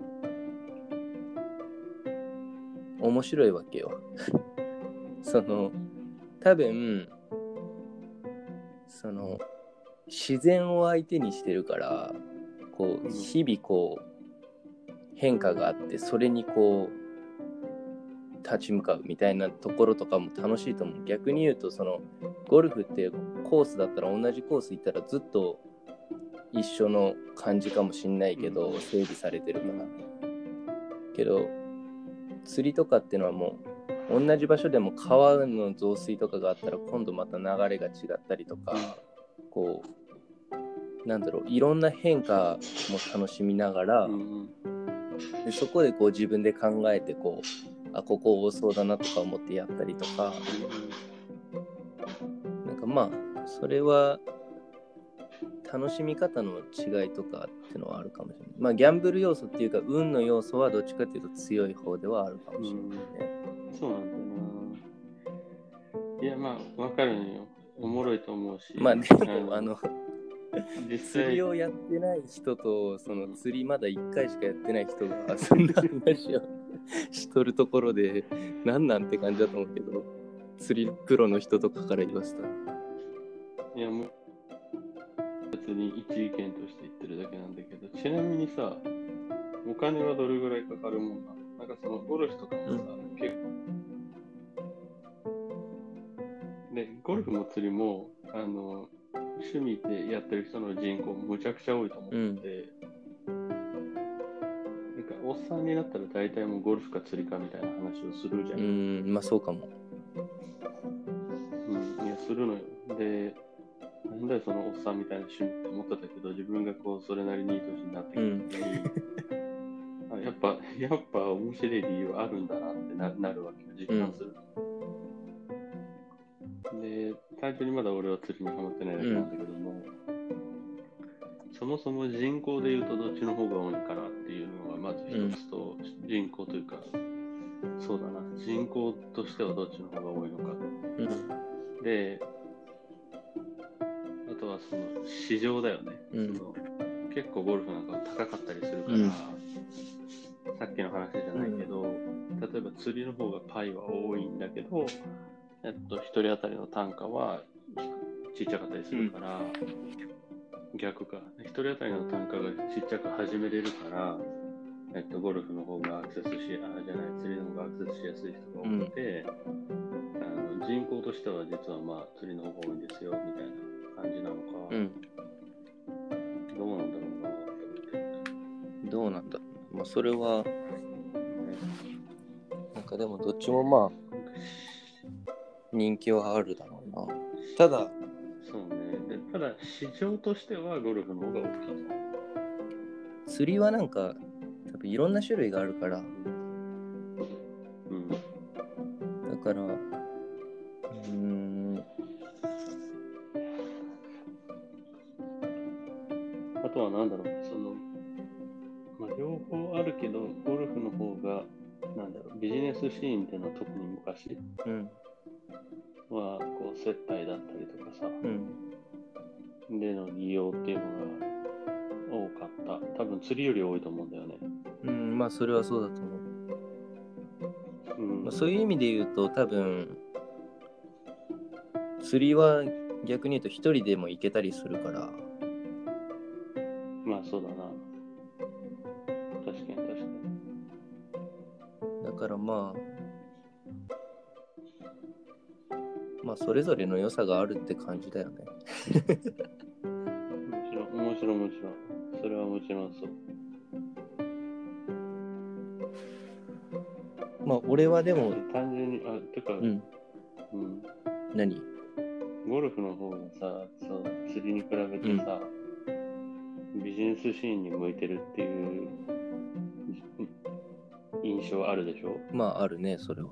う面白いわけよその多分その自然を相手にしてるから、こう日々こう変化があって、それにこう立ち向かうみたいなところとかも楽しいと思う。逆に言うと、そのゴルフってコースだったら同じコース行ったらずっと一緒の感じかもしんないけど、整備されてるからけど、釣りとかっていうのはもう同じ場所でも川の増水とかがあったら今度また流れが違ったりとか、こなんだろう、いろんな変化も楽しみながら、うん、でそこでこう自分で考えてこう、あ、ここ多そうだなとか思ってやったりとか、うん、なんかまあそれは楽しみ方の違いとかってのはあるかもしれない。まあギャンブル要素っていうか運の要素はどっちかっていうと強い方ではあるかもしれないね。 うん、そうなんだよな。いやまあ分かるのよ。おもろいと思うし。 まあでもあの釣りをやってない人とその釣りまだいっかいしかやってない人がそんな話をしとるところでなんなんて感じだと思うけど、釣りプロの人とかから言わせたら、 いやもう別に一意見として言ってるだけなんだけど、ちなみにさ、お金はどれぐらいかかるもんな。なんかそのゴルフとかもさ、うん、結構でゴルフも釣りもあの趣味でやってる人の人口むちゃくちゃ多いと思ってて、うん、なんかおっさんになったら大体もうゴルフか釣りかみたいな話をするじゃん。 うん、まあそうかも。 うん、いやするのよ。で、なんだよそのおっさんみたいな趣味って思ってたけど、自分がこうそれなりにいい年になってきた時に、うん、やっぱやっぱ面白い理由あるんだなって な, なるわけよ、実感する。うん、で、単純にまだ俺は釣りにハマってないだけなんだけども、うん、そもそも人口でいうとどっちの方が多いかなっていうのはまず一つと、うん、人口というか、そうだな、人口としてはどっちの方が多いのか。うん、で、あとはその市場だよね。うん、その結構ゴルフなんか高かったりするから、うん、さっきの話じゃないけど、うん、例えば釣りの方がパイは多いんだけど、えっと、一人当たりの単価はちっちゃかったりするから、うん、逆か。一人当たりの単価がちっちゃく始めれるから、えっと、ゴルフの方がアクセスし、あ、じゃない、釣りの方がアクセスしやすい人が多くて、うん、あの人口としては実はまあ釣りの方が多いんですよ、みたいな感じなのか。うん、どうなんだろうなって思って。 どうなんだろう。まあ、それは、なんかでもどっちもまあ、人気はあるだろうな。ただ、 そうね。でただ、市場としてはゴルフの方が大きい。 釣りはなんか、多分いろんな種類があるから、うん。だから、うーん。 あとはなんだろう、その、まあ、両方あるけど、ゴルフの方が、なんだろう、ビジネスシーンっていうのは特に昔は、こう、接待だったりとかさ、うん、での利用っていうのが多かった。多分釣りより多いと思うんだよね。 うん、まあそれはそうだと思う。うんまあ、そういう意味で言うと、多分、釣りは逆に言うと一人でも行けたりするから。 まあそうだな。確かに確かに。だからまあ、まあそれぞれの良さがあるって感じだよね。 もちろん、もちろんもちろん。それはもちろんそう。 まあ俺はでも単純に、あ、てか、うん。うん、 何？ ゴルフの方がさ、そう、釣りに比べてさ、うん、ビジネスシーンに向いてるっていう印象あるでしょ？ まああるね、それは。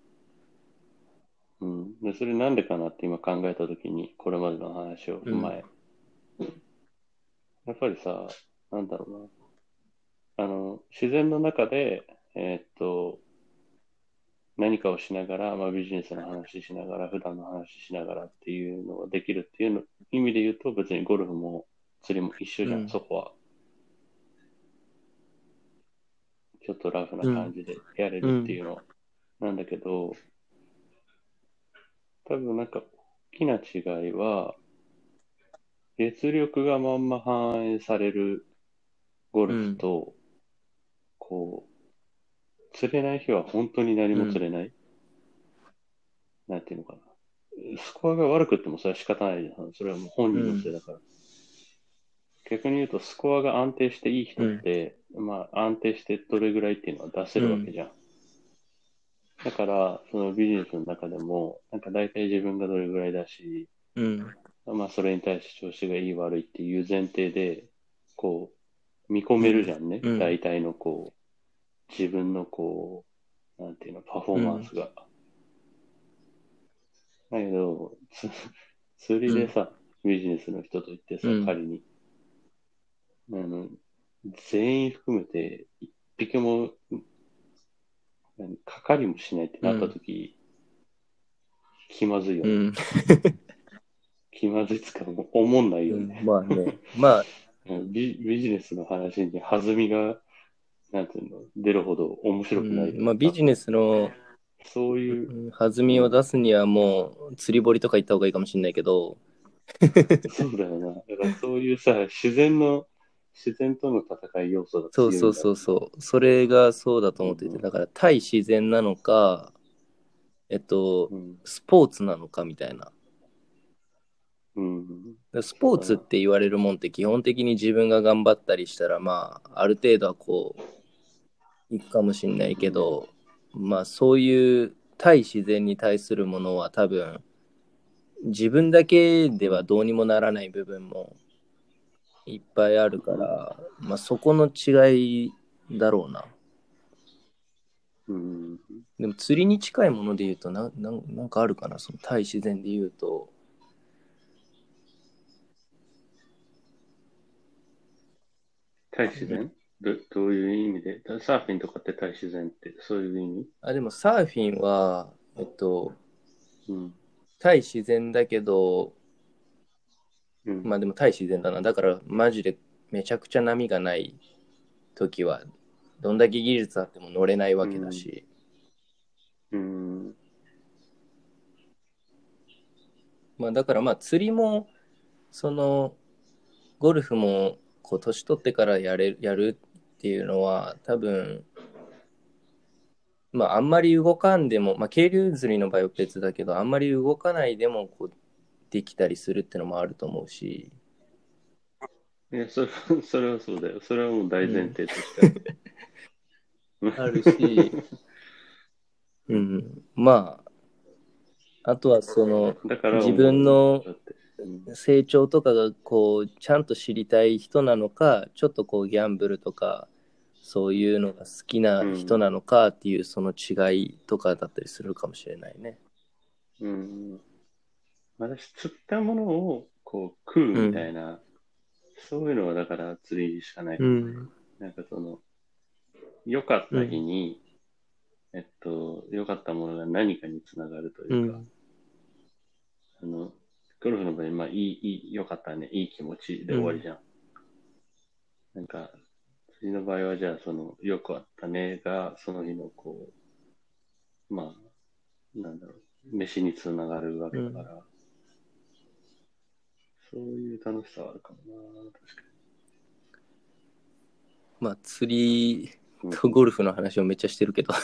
うん。で、それなんでかなって今考えたときに、これまでの話を踏まえ、うん、やっぱりさ、なんだろうな。あの、自然の中で、えー、っと、何かをしながら、まあ、ビジネスの話しながら、普段の話しながらっていうのができるっていうの意味で言うと、別にゴルフも釣りも一緒じゃん、うん、そこは。ちょっとラフな感じでやれるっていうのなんだけど、多分なんか大きな違いは、月力がまんま反映されるゴルフと、うん、こう、釣れない日は本当に何も釣れない。うん、なんていうのかな。スコアが悪くってもそれは仕方ないじゃん。それはもう本人のせいだから。うん、逆に言うと、スコアが安定していい人って、うん、まあ安定してどれぐらいっていうのは出せるわけじゃん。うん、だから、そのビジネスの中でも、なんか大体自分がどれぐらいだし、うん、 まあそれに対して調子がいい悪いっていう前提で、こう、見込めるじゃんね。 うん、 大体のこう、自分のこう、なんていうの、パフォーマンスが。だけど、つ釣りでさ、ビジネスの人と言ってさ、 うん、 仮に、あの、全員含めて、一匹も、何かかりもしないってなったうん、 時、気まずいよね。 うん、 気まずいつかも思んないうん、 よね。 まあね、まあ、 うんビ、ビジネスの話に弾みが、なんていうの、出るほど面う白くないん、 よね、多分。 まあビジネスの、 そういう、 うん、弾みをうん、 出すにはもう釣り堀とか行った方がいいかもしれないけど、 そうだよな。だからそういうさ、自然の、自然との戦い要素がそうそう強いんだろそうそう、それがそうだとうな。 思ってて、 うんだから対自然なのか、えっと、 うん。 スポーツなのかみたいな。 うん。うん。 スポーツっそうだな。 て言われるもんって基本的に自分が頑張ったりしたら、まあ、ある程度はこう、いくかもしれないけど、まあ、そういう対自然に対するものは多分、自分だけではどうにもならない部分もいっぱいあるかうん。 ら、まあ、そこの違いだろうな。 うん。 でも釣りに近いもので言うとな、ななんかあるかな、その対自然で言うと。 対自然ど、どういう意味でサーフィンとかって対自然ってそういう意味？ あ、でもサーフィンは、えっと、 うん。 対自然だけど、 うん。 まあでも対自然だな。だからマジでめちゃくちゃ波がない時は、どんだけ技術あっても乗れないわけだうん。 し。 うん。 まあだからまあ釣りも、その、ゴルフもこう年取ってからやれやるっていうのは多分、まああんまり動かんでも、まあ渓流釣りの場合は別だけど、あんまり動かないでもこうできたりするってのもあると思うし。 いや、それは、それはそうだよ。それはもう大前うん。 提としてある。 あるし、うん。まあ、あとはその、 だから自思うよ。 分のだって。うん。 成長とかがこう、ちゃんと知りたい人なのか、ちょっとこう、ギャンブルとか、そういうのが好きな人うん。 なのかっていうその違いとかだったりするかもしれないね。 うん。私、釣ったものをこう食うみたうん。 いな、そういうのはだから釣りしかないかもね。 うん。 なんかその、良かった日うん。 に、えっと、良かったものが何かにつながるというか、 うん。 あの、ゴルフの場合、まあ、いい、いい、良かったね、いい気持ちでうん。 終わりじゃん。なんか、釣りの場合は、じゃあ、その、良かったねが、その日のこう、まあ、なんだろう、飯につながるわけうん。 だから、そういう楽しさはあるかもな、確かまあ、釣りに。うん。 とゴルフの話をめっちゃしてるけど。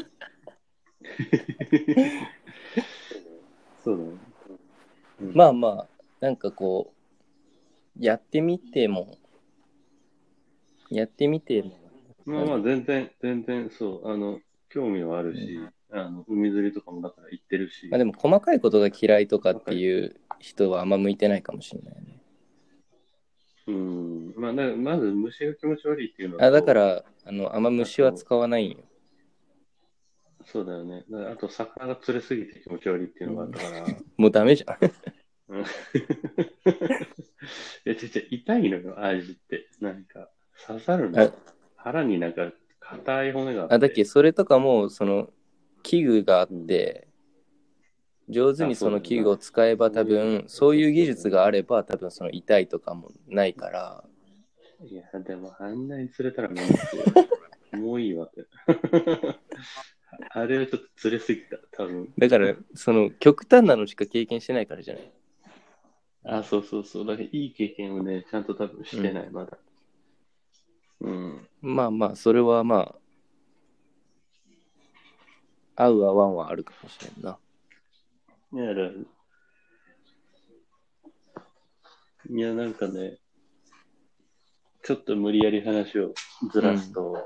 そうだね。うん。 まあまあ、なんかこう、やってみても、やってみても、 まあまあ、全然、全然、そう、あの、興味はあるうん、 し、あの、海釣りとかもだから行ってるまあし、 でも細かいことが嫌いとかっなんか、 ていう人はあんま向いてないかもしれないね。 うん、まあ、だまず虫が気持ち悪いっていうのあ、だかと、 ら、あの、あんま虫はあと、 使わないんよ。 そうだよね。だからあと、魚が釣れすぎて気持ち悪いっていうのがあっうん、 たから、 もうダメじゃん。 うん。いや、ちょちょ、痛いのよ、アジって。なんか、刺さるのあ、 よ。腹になんか、硬い骨があっあだっけ、 て。 それとかも、その、器具があっうん。 て、上手あ、 にそのそうだよな。 器具を使えばそういう、 多分、そういう技術そうだよね。 があれば多分その痛いとかもないから、 いや、でも、あんなに釣れたらめんどくせえよ。もういいわって。あれはちょっと釣れすぎた、多分。 だから、その極端なのしか経験してないからじゃない。 あ、そうそうそう。だからいい経験をね、ちゃんと多分してない、 うん。 まだ。うん。 まあまあ、それはまあ、合う合わんはあるかもしれんな。 いや、だいやなんかね、ちょっと無理やり話をずらすうん。 と、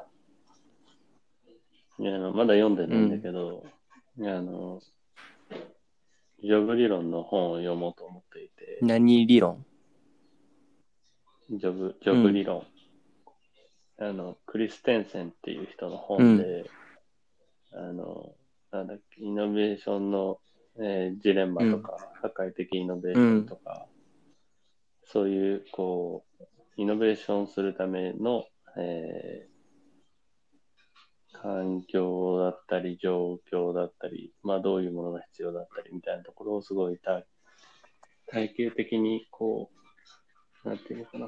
いやあのまだ読んでないんだうん。 けど、いやあの、 ジョブ理論の本を読もうと思っていて。 何理論？ ジョブ、ジョブ理論。うん、あの、クリステンセンっていう人の本で、うん、あの、なんだっけ、イノベーションの、えー、ジレンマとか、うん、社会的イノベーションとか、うん、そういう、こう、イノベーションするための、えー、環境だったり、状況だったり、まあどういうものが必要だったりみたいなところをすごい体体系的に、こう、なんていうのかな、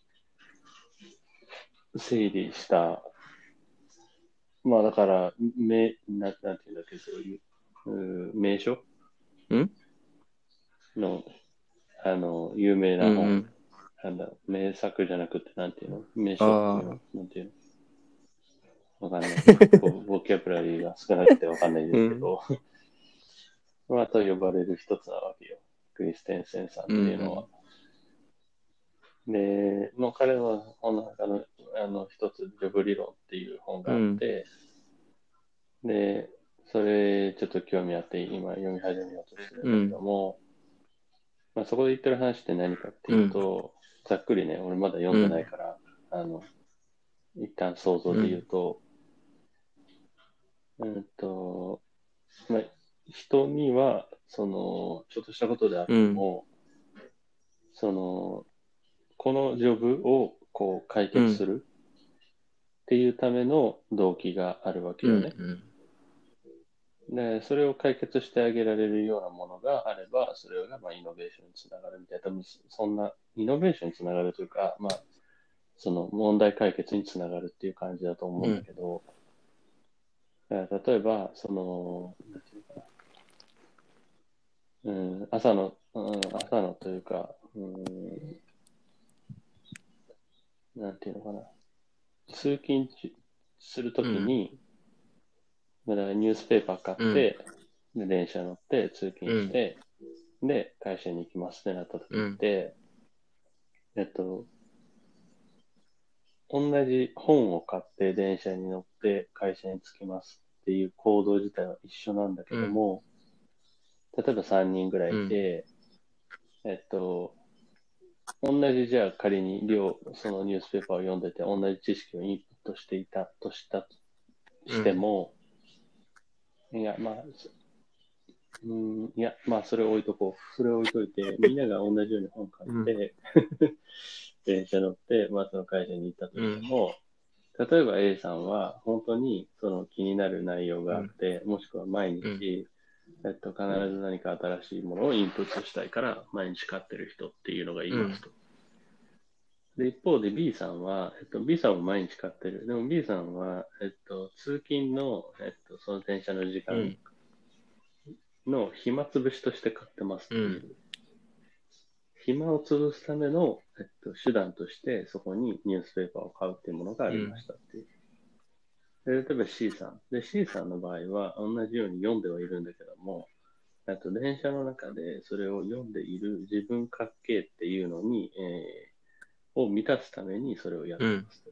整理した、まあだから、め、な、なんていうんだっけ、そういう、う名所んの、あの、有名な本、 うん、 なんだろう、名作じゃなくて、なんていうの名所っていうのなんていうのわかんない。ボ, ボキャブラリーが少なくてわかんないですけど、うん、まあと呼ばれる一つなわけよ。クリステンセンさんっていうのは。うん、で、の彼の本の中の、あの、一つ、ジョブ理論っていう本があって、うん、で、それちょっと興味あって今読み始めようとしてるんだけども、うん、まあ、そこで言ってる話って何かっていうと、うん、ざっくりね、俺まだ読んでないから、うん、あの、一旦想像で言うと、うん、うんと、まあ、人には、その、ちょっとしたことであっても、うん、その、このジョブをこう解決するっていうための動機があるわけよね。うんうん、で、それを解決してあげられるようなものがあれば、それがまあイノベーションにつながるみたいな、多分そんな、イノベーションにつながるというか、まあ、その問題解決につながるっていう感じだと思うんだけど、うん、例えば、その、なんていうのかな、うん、朝の、うん、朝のというか、うん、なんていうのかな、通勤するときに、うん、だからニュースペーパー買って、うん、で電車乗って通勤して、うん、で会社に行きますってなったときって、うん、えっと、同じ本を買って電車に乗って会社に着きますっていう行動自体は一緒なんだけども、うん、例えばさんにんぐらいいて、うん、えっと、同じじゃあ仮に両、そのニュースペーパーを読んでて同じ知識をインプットしていたとしたとしても、うん、いや、まあ、うん、いや、まあ、それを置いとこう。それを置いといて、みんなが同じように本買って、うん、電車乗って、まあ、その会社に行ったとしても、うん、例えば A さんは本当にその気になる内容があって、うん、もしくは毎日、うん、えっと、必ず何か新しいものをインプットしたいから、毎日買ってる人っていうのがいますと。うん、で、一方で B さんは、えっと、B さんも毎日買ってる。でも B さんは、えっと、通勤の、えっと、その電車の時間、うんの暇つぶしとして買ってますっていう、うん、暇を潰すための、えっと、手段としてそこにニュースペーパーを買うっていうものがありましたっていう、うん、で例えば C さんで C さんの場合は同じように読んではいるんだけども、あと電車の中でそれを読んでいる自分格系っていうのに、えー、を満たすためにそれをやってます、うん、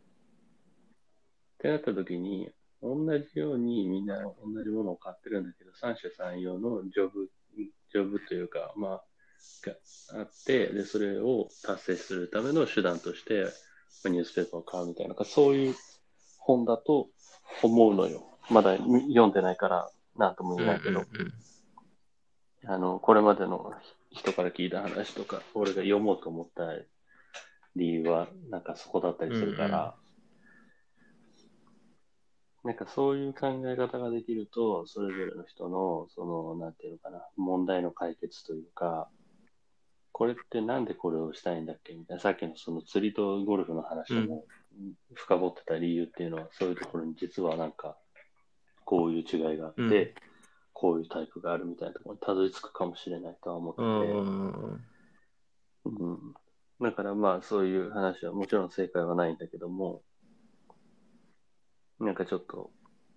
ってなった時に同じようにみんな同じものを買ってるんだけど、三者三様のジョブ、ジョブというか、まあ、があって、で、それを達成するための手段として、ニュースペーパーを買うみたいな、そういう本だと思うのよ。まだ読んでないから、なんとも言えないけど、うんうんうん、あの、これまでの人から聞いた話とか、俺が読もうと思った理由は、なんかそこだったりするから、うんうん、なんかそういう考え方ができると、それぞれの人の、その、なんていうのかな、問題の解決というか、これってなんでこれをしたいんだっけみたいな、さっきのその釣りとゴルフの話でも深掘ってた理由っていうのは、そういうところに実はなんか、こういう違いがあって、うん、こういうタイプがあるみたいなところにたどり着くかもしれないとは思ってて、うん、だからまあそういう話はもちろん正解はないんだけども、なんかちょっと、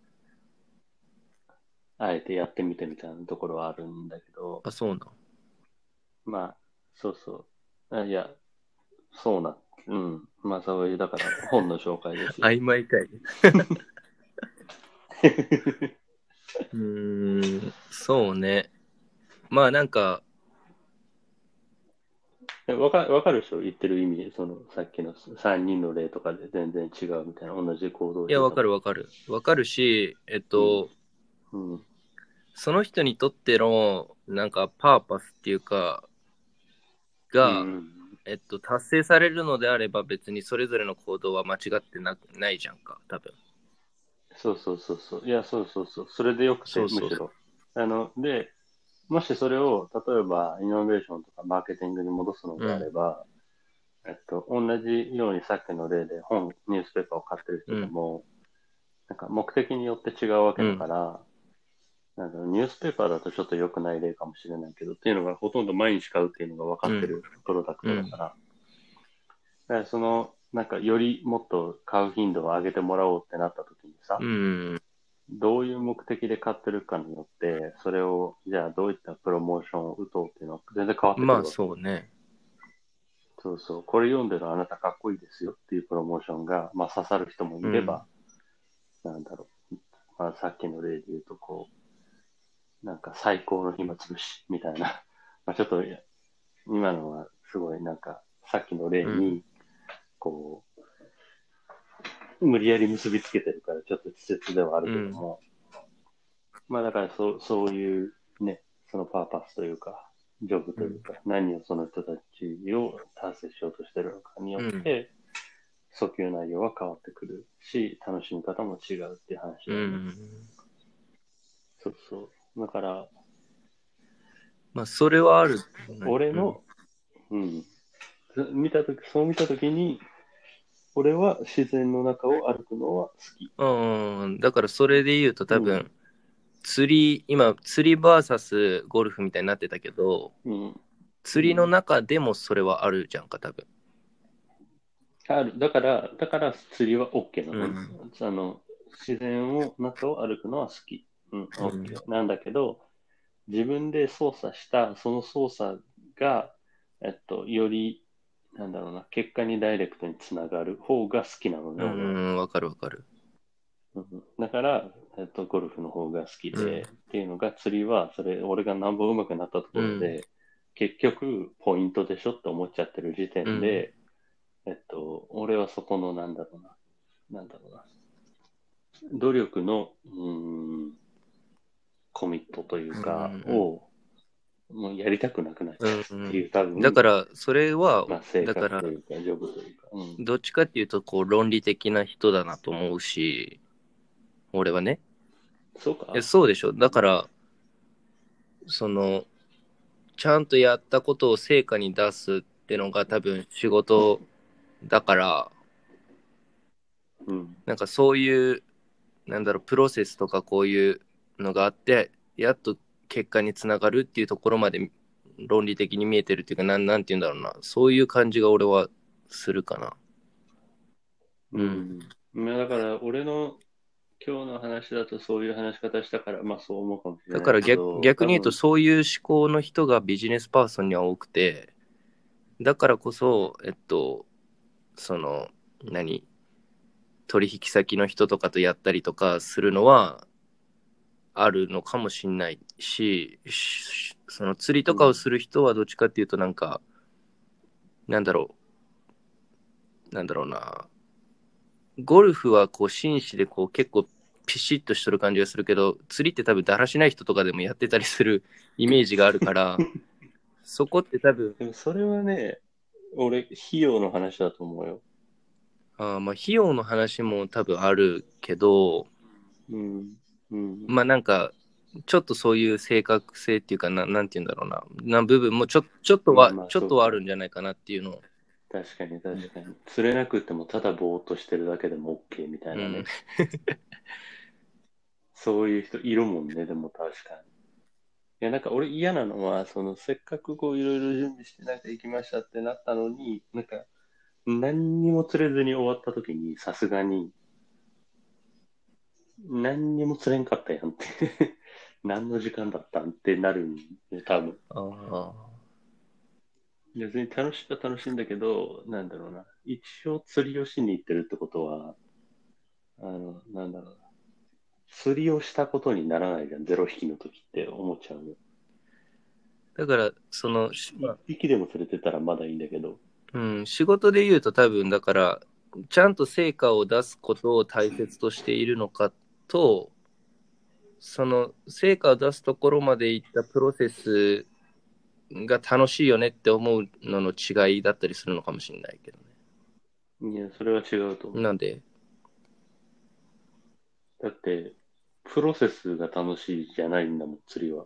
あえてやってみてみたいなところはあるんだけど。 あ、そうな。 まあ、そうそう。あいや、そうな。うん。まあそういう、だから本の紹介ですよ。 曖昧かい。うーん、そうね。 まあなんか、 わか、わかるでしょ言ってる意味。その、さっきのさんにんの例とかで全然違うみたいな。同じ行動いや、わかしてても。 るわかる。わかるし、えっうん。 と、 うん。 その人にとっての、なんか、パーパスっていうか、 うが、 ん。 えっと、達成されるのであれば別にそれぞれの行動は間違ってなないじゃんか、多分。 そうそうそうそう。いや、そうそうそう。それでよくて、 そうそうそむしろ。あの、で、もしそれを、例えば、イノベーションとかマーケティングに戻すのう。うであれん。 ば、えっと、同じようにさっきの例で本、ニュースペーパーを買ってるうん。 人でも、なんか目的によって違うわけだかうん。 ら、なんかニュースペーパーだとちょっと良くない例かもしれないけど、っていうのがほとんど毎日買うっていうのが分かうん。 ってるプロダクうん。 トだから、だからその、なんかよりもっと買う頻度を上げてもらおうってなった時にさ、 うん。 どういう目的で買ってるかによって、それを、じゃあどういったプロモーションを打とうっていうのは全然変わってくまあるわけよ。 そうね。 そうそう。これ読んでるあなたかっこいいですよっていうプロモーションが、まあ刺さる人もうん。 いれば、なんだろう。まあさっきの例で言うと、こう、なんか最高の暇つぶしみたいな。まあちょっと、今のはすごいなんか、さっきの例うん。 に、こう、無理やり結びつけてるからちょっと稚拙ではあるうん。 けども、まあだからそう、そういうね、そのパーパスというか、ジョブうん。 というか、何をその人たちを達成しようとしてるのかにようん。 って、訴求内容は変わってくるし、楽しみ方も違うっていう話うだよね。 ん。 そうそう。だから、 まあそれはある。うん。 俺の、うん、見たとき、そう見たときに、俺は自然の中を歩くのは好き。 うん。だからそれで言うとうん、 多分、釣り、今、釣りバーサスゴルフみたいになってたけど、 うん、う釣りのん。 中でもそれはあるじゃんか、多分。 ある。だから、だから釣りは OK なのね。 うん。 あの、自然を、中を歩くのは好き。うん、 うん。 OK。なんだけど、自分で操作したその操作が、えっと、より、なんだろうな、結果にダイレクトにつながる方が好きなのね、 う俺は。 ん。わかるわかる。 うん、だから、えっと、ゴルフの方が好きうん。 で、っていうのが、釣りは、それ、俺が何本上手くなったとうん。 ころで、結局、ポイントでしょって思っちゃってる時うん。 点で、えっと、俺はそこの、なんだろうな、なんだろうな、努力の、うーん、コミットといううか、 ん。 を、もうやりたくなくなっちゃうん。うん。 うっていう、多分、 だから、それは、 まあ、性だから、 格というか、ジョブというか、うん。 どっちかっていうと、こう、論理的な人だなと思うし、俺はね。え、 そうか。 そうでしょ。だから、その、ちゃんとやったことを成果に出すってのが多分仕事だから、 うん。 なんかそういう、なんだろう、プロセスとかこういうのがあって、やっと結果につながるっていうところまで論理的に見えてるっていうか、なん、なんて言うんだろうな。そういう感じが俺はするかな。 ううん。 ん。まあ、だから、俺の今日の話だとそういう話し方したから、まあそう思うかもしれないだから逆、 けど、 逆に言うと多分、 そういう思考の人がビジネスパーソンには多くて、だからこそ、えっと、その、何取引先の人とかとやったりとかするのはあるのかもしれないし、その釣りとかをうん。 する人はどっちかっていうとなんか、なんだろう、なんだろうな、ゴルフはこう紳士でこう結構ピシッとしとる感じがするけど、釣りって多分だらしない人とかでもやってたりするイメージがあるから、そこって多分、 でもそれはね、俺、費用の話だと思うよ。 あまあ費用の話も多分あるけど、 うん。うん。 まあなんか、ちょっとそういう正確性っていうかな、なんて言うんだろうな、な部分もちょ、ちょっとは、 まあまあ、 ちょっとはあそうか。 るんじゃないかなっていうのを。 確かにうん。 確かに。釣れなくてもただぼーっとしてるだけでも OK みたいうん。 なね。そういう人いるもんね、でも確かに。いや、なんか俺嫌なのは、そのせっかくこういろいろ準備してなんか行きましたってなったのに、なんか何にも釣れずに終わった時にさすがに何にも釣れんかったやんって何の時間だったんってなるんよ、多分。 ああ。 別に楽しいは楽しいんだけど、なんだろうな。一応釣りをしに行ってるってことは、あの、なんだろうな。釣りをしたことにならないじゃん、ゼロ匹の時って思っちゃうよ。 だから、その、 まあ、一匹でも連れてたらまだいいんだけど。 うん、仕事で言うと多分、だから、ちゃんと成果を出すことを大切としているのかと、その成果を出すところまでいったプロセスが楽しいよねって思うのの違いだったりするのかもしれないけどね。いや、それは違うと思う。 なんで？ だって、プロセスが楽しいじゃないんだもん、釣りは。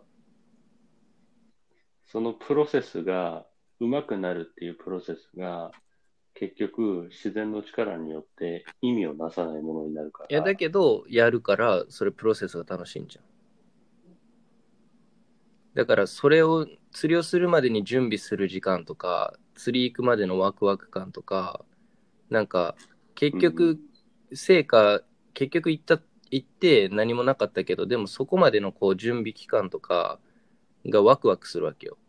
そのプロセスが上手くなるっていうプロセスが結局自然の力によって意味をなさないものになるから。 いや、だけど、やるから、それプロセスが楽しいんじゃん。だから、それを、釣りをするまでに準備する時間とか、釣り行くまでのワクワク感とか、なんか、結局、成果、結局行った、行って何もなかったけど、でもそこまでのこう準備期間とかがワクワクするわけよ。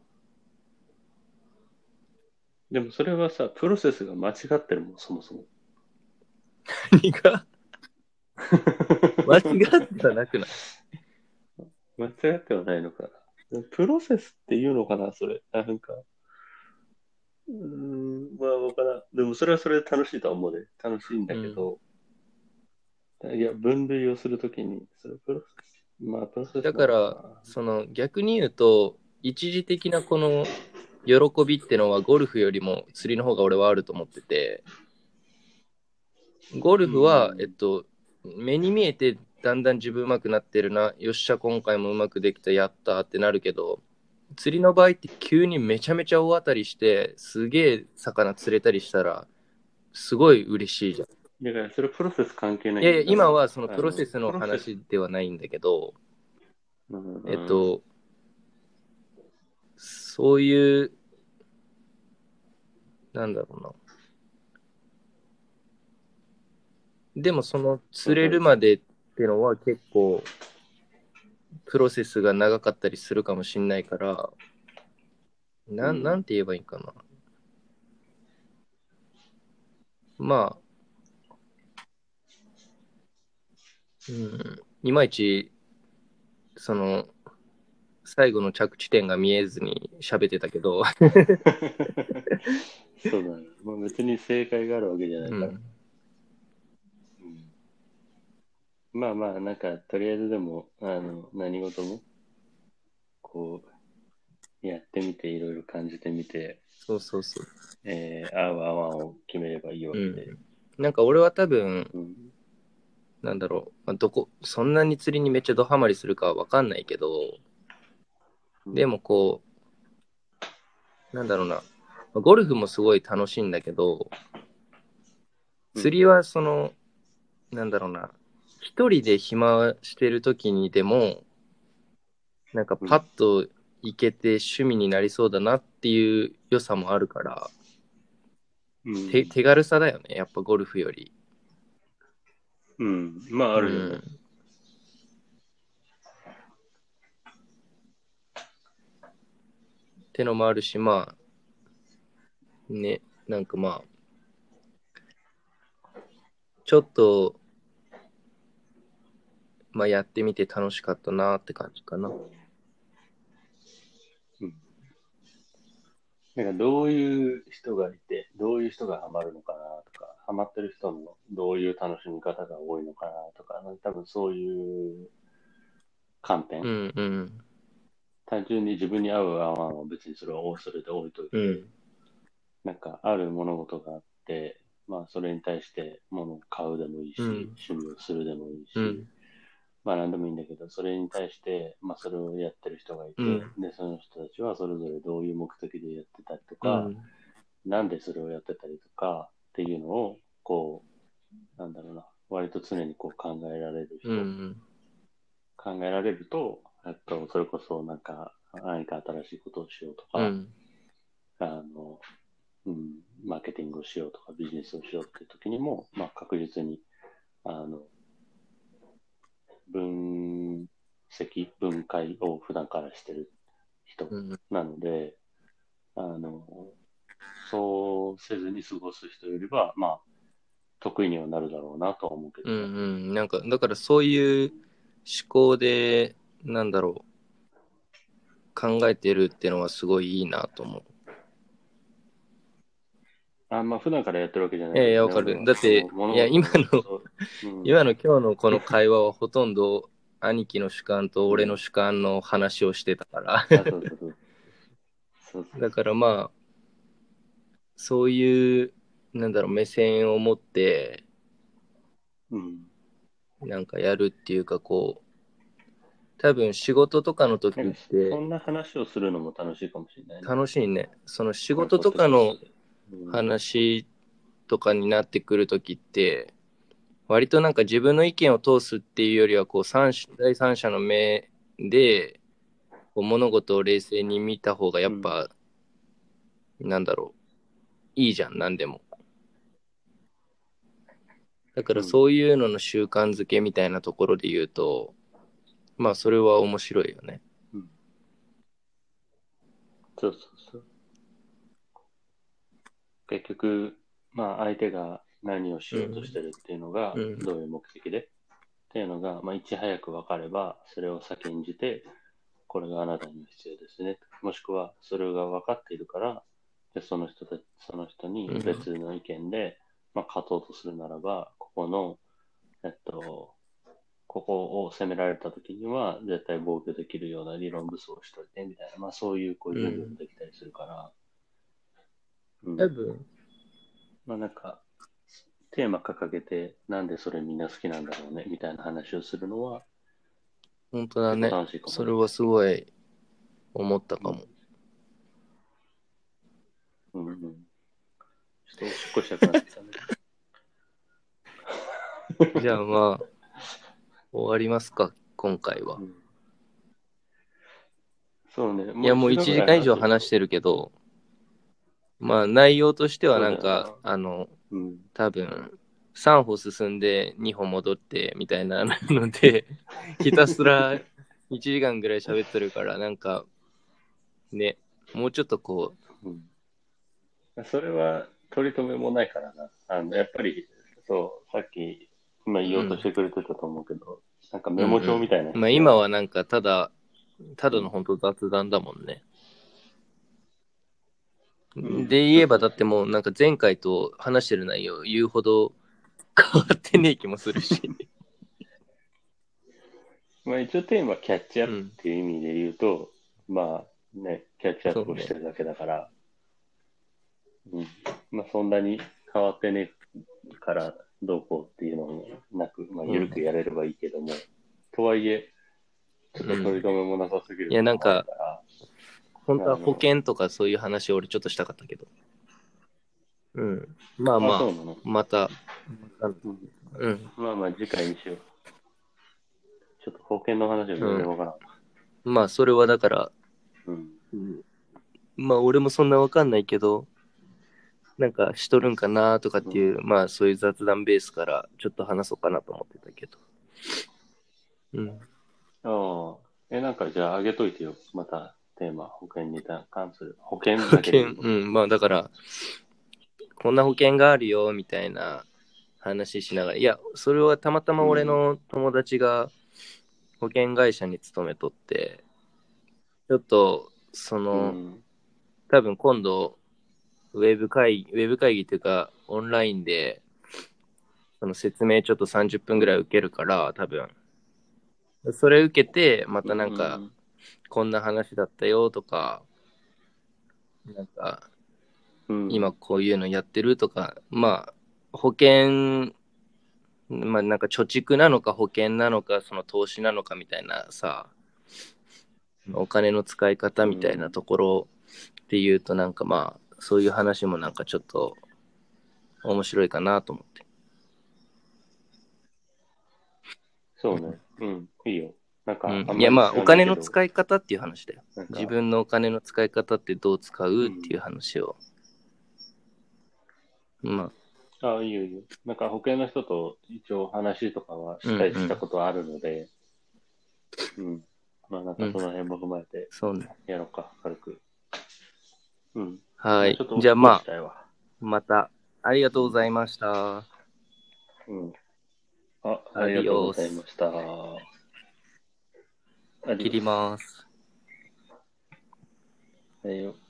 でもそれはさ、プロセスが間違ってるもん、そもそも。 何が間違ってはなくない？ 間違ってはないのかな。プロセスっていうのかな、それ。なんか。うーん、まあ、わからん。でもそれはそれで楽しいとは思うで。楽しいんだけど、うん、いや、分類をするときに、それプロセス。まあ、プロセスだから、その逆に言うと、一時的なこの喜びってのはゴルフよりも釣りの方が俺はあると思ってて、ゴルフは、うん、えっと、目に見えてだんだん自分上手くなってるな、よっしゃ、今回もうまくできた、やったってなるけど、釣りの場合って急にめちゃめちゃ大当たりして、すげえ魚釣れたりしたら、すごい嬉しいじゃん。 だからそれプロセス関係ない。 いやいや、今はそのプロセスの話ではないんだけど、えっと、そういう、なんだろうな。でもその釣れるまでってのは結構プロセスが長かったりするかもしんないから、なん、なんて言えばいいかな。まあ、うん、いまいち、その、最後の着地点が見えずに喋ってたけど。 そうだね。まあ、別に正解があるわけじゃないから。うんうん、まあまあ、なんか、とりあえずでも、あの、何事も、こう、やってみて、いろいろ感じてみて、 そうそうそう。 えー、合う合わんを決めればいいわけで。 うん、なんか俺は多分、 うん、 なんだろう、まあ、どこ、そんなに釣りにめっちゃドハマりするかはわかんないけど、うん、でもこう、なんだろうな、ゴルフもすごい楽しいんだけど、釣りはその、うん、なんだろうな、一人で暇してる時にでも、なんかパッと行けて趣味になりそうだなっていう良さもあるから、うん、手, 手軽さだよね、やっぱゴルフより。 うん、まああるよね。うん、 ってのもあるし、まあ、ね、なんかまあ、ちょっと、まあやってみて楽しかったなって感じかな。 うん。なんかどういう人がいて、どういう人がハマるのかなとか、ハマってる人のどういう楽しみ方が多いのかなとか、多分そういう観点。 うんうん。 単純に自分に合う合わんは別にそれはそれで置いといて、うん、なんかある物事があって、まあそれに対して物を買うでもいいし、うん、趣味をするでもいいし、うん、まあ何でもいいんだけど、それに対して、まあそれをやってる人がいて、うん、で、その人たちはそれぞれどういう目的でやってたりとか、うん、なんでそれをやってたりとかっていうのを、こう、なんだろうな、割と常にこう考えられる人、うん、考えられると、えっと、それこそなんか何か新しいことをしようとか、うん、あの、うん、マーケティングをしようとかビジネスをしようっていう時にも、まあ、確実にあの分析分解を普段からしてる人なので、うん、あのそうせずに過ごす人よりはまあ得意にはなるだろうなとは思うけど、ね、 うんうん、なんかだからそういう思考でなんだろ考えてるっていうのはすごいいいなと思う。 あ、まあ普段からやってるわけじゃないいやいや、 けどね、 わかる。 俺は。 だって、 その物いや、今事の、 の、 そう、うん、 今の今日のこの会話はほとんど兄貴の主観と俺の主観の話をしてたから。 うん、あ、そうそうそう。そうそうだからまあ、そういう、なんだろう、目線を持って、 うん。 なんかやるっていうか、こう、多分仕事とかの時なんかってそんな話をするのも楽しいかもしれないね。 楽しいね。その仕この事ポッドキャスとかのトで。うん。 話とかになってくる時って、割となんか自分の意見を通すっていうよりは、こう、三者第三者の目で、こう物事を冷静に見た方がやうん。 っぱ、なんだろう、いいじゃん、なんでも。だかうん。 らそういうのの習慣づけみたいなところで言うと、まあそれは面白いよね。 うん。そうそうそう。結局、まあ相手が何をしようとしてるっていうのが、 うん。 どういう目的でっていうのが、まあいち早く分かれば、それを先んじて、これがあなたには必要ですね。もしくは、それが分かっているから、でその人たち、その人にうん。 別の意見で、まあ、勝とうとするならば、ここの、えっと、ここを責められた時には、絶対防御できるような理論武装をしといて、みたいな、まあそういうこう準備もうん。 できたりするから、うん。 多分、 まあなんか、テーマ掲げて、なんでそれみんな好きなんだろうね、みたいな話をするのは、 本当だね。 結構楽しいかもね。 それはすごい思ったかも。 うん。うんうん。ちょっとおしっこしたくなってきたね。 じゃあまあ、終わりますか、今回は。 うん、そうね、 いや、もうもう一度ぐ 1時間以らい話してる。 上話してるけど、まあ内容としてはそうなんか、 だよな。 あの、 うん。 多分、さん歩進んでに歩戻ってみたいなので、ひたすらいちじかんぐらい喋ってるから、なんか、ね、もうちょっとこうん、それは取り留めもないからな。あの、やっぱり、そう、さっき、今う、う言おうとしん、 てくれてたと思うけど、なんかうん、 メモ帳みうん。 たいなまあ必要あるよ。 今はなんかただ、たうん。 だの本当雑談だもんね。 うん。 で言えばそうそうそだってもうなんか前回と話してる内容言うほど変わってねえ気もするし。 う。まあ一応テーマキャッチアップうん。 っていう意味で言うと、まあね、キャッチアッそうね。 プをしてるだけだから、うん。まあそんなに変わってねえからどうこうっていうのもなく、まあうん。 緩くやれればいいけども、とはいえ、ちょっと取りうん。 留めもなさすぎるいやこともあるなんか、 から、 本当は保あの、 険とかそういう話を俺ちょっとしたかったけど。うん。まああ、 まあ、 そうなの。 また、 うん。 うん。 まあまあ次回にしよう。ちょっと保険の話は全然うん。 わからん。 まあそれはだから、 うん。 うん、まあ俺もそんなわかんないけど、なんかしとるんかなとかっうん。 ていう、まあそういう雑談ベースからちょっと話そうかなと思ってたけど。うん。 ああ。え、なんかじゃああげといてよ。またテーマ、保険に関する。保険保険、 だけでいいもん。 うん。まあだから、こんな保険があるよみたいな話しながら、いや、それはたまたま俺うん。 の友達が保険会社に勤めとって、ちょっと、その、 うん。 多分今度、ウェブ会議、ウェブ会議っていうか、オンラインで、その説明ちょっとさんじゅっぷんぐらい受けるから、多分。それ受けて、まうん。 たなんか、 うん。 こんな話だったよとか、なんか、 うん。 今こういうのやってるとか、まあ、保険、まあなんか貯蓄なのか保険なのか、その投資なのかみたいなさ、お金の使い方みたいなうん。 ところっていうとなんかまあ、そういう話もなんかちょっと面白いかなと思って。 そうね。うん。いいよ。なんうん。 かあんいやまあ、 まり知お金のらないけど、 使い方っていう話だよ。 なんか、 自分のお金の使い方ってどう使うっていううん。 話を。まあ、 ああ、いいよいいよ。なんか保険の人と一応話とかはうんうしたりしたん。 ことはあるので、うん。まあなんうん。 かその辺も踏まえてそうね。 やろうか、軽く。うん。 はい。 まあちょっとおしっこじゃあまあ、 したいわ。 また、ありがとうごうん。 ざいました。 うん。あ、あアデりがとうごィオス。 ざいました。アディ切りオス。 ます。 はいよ。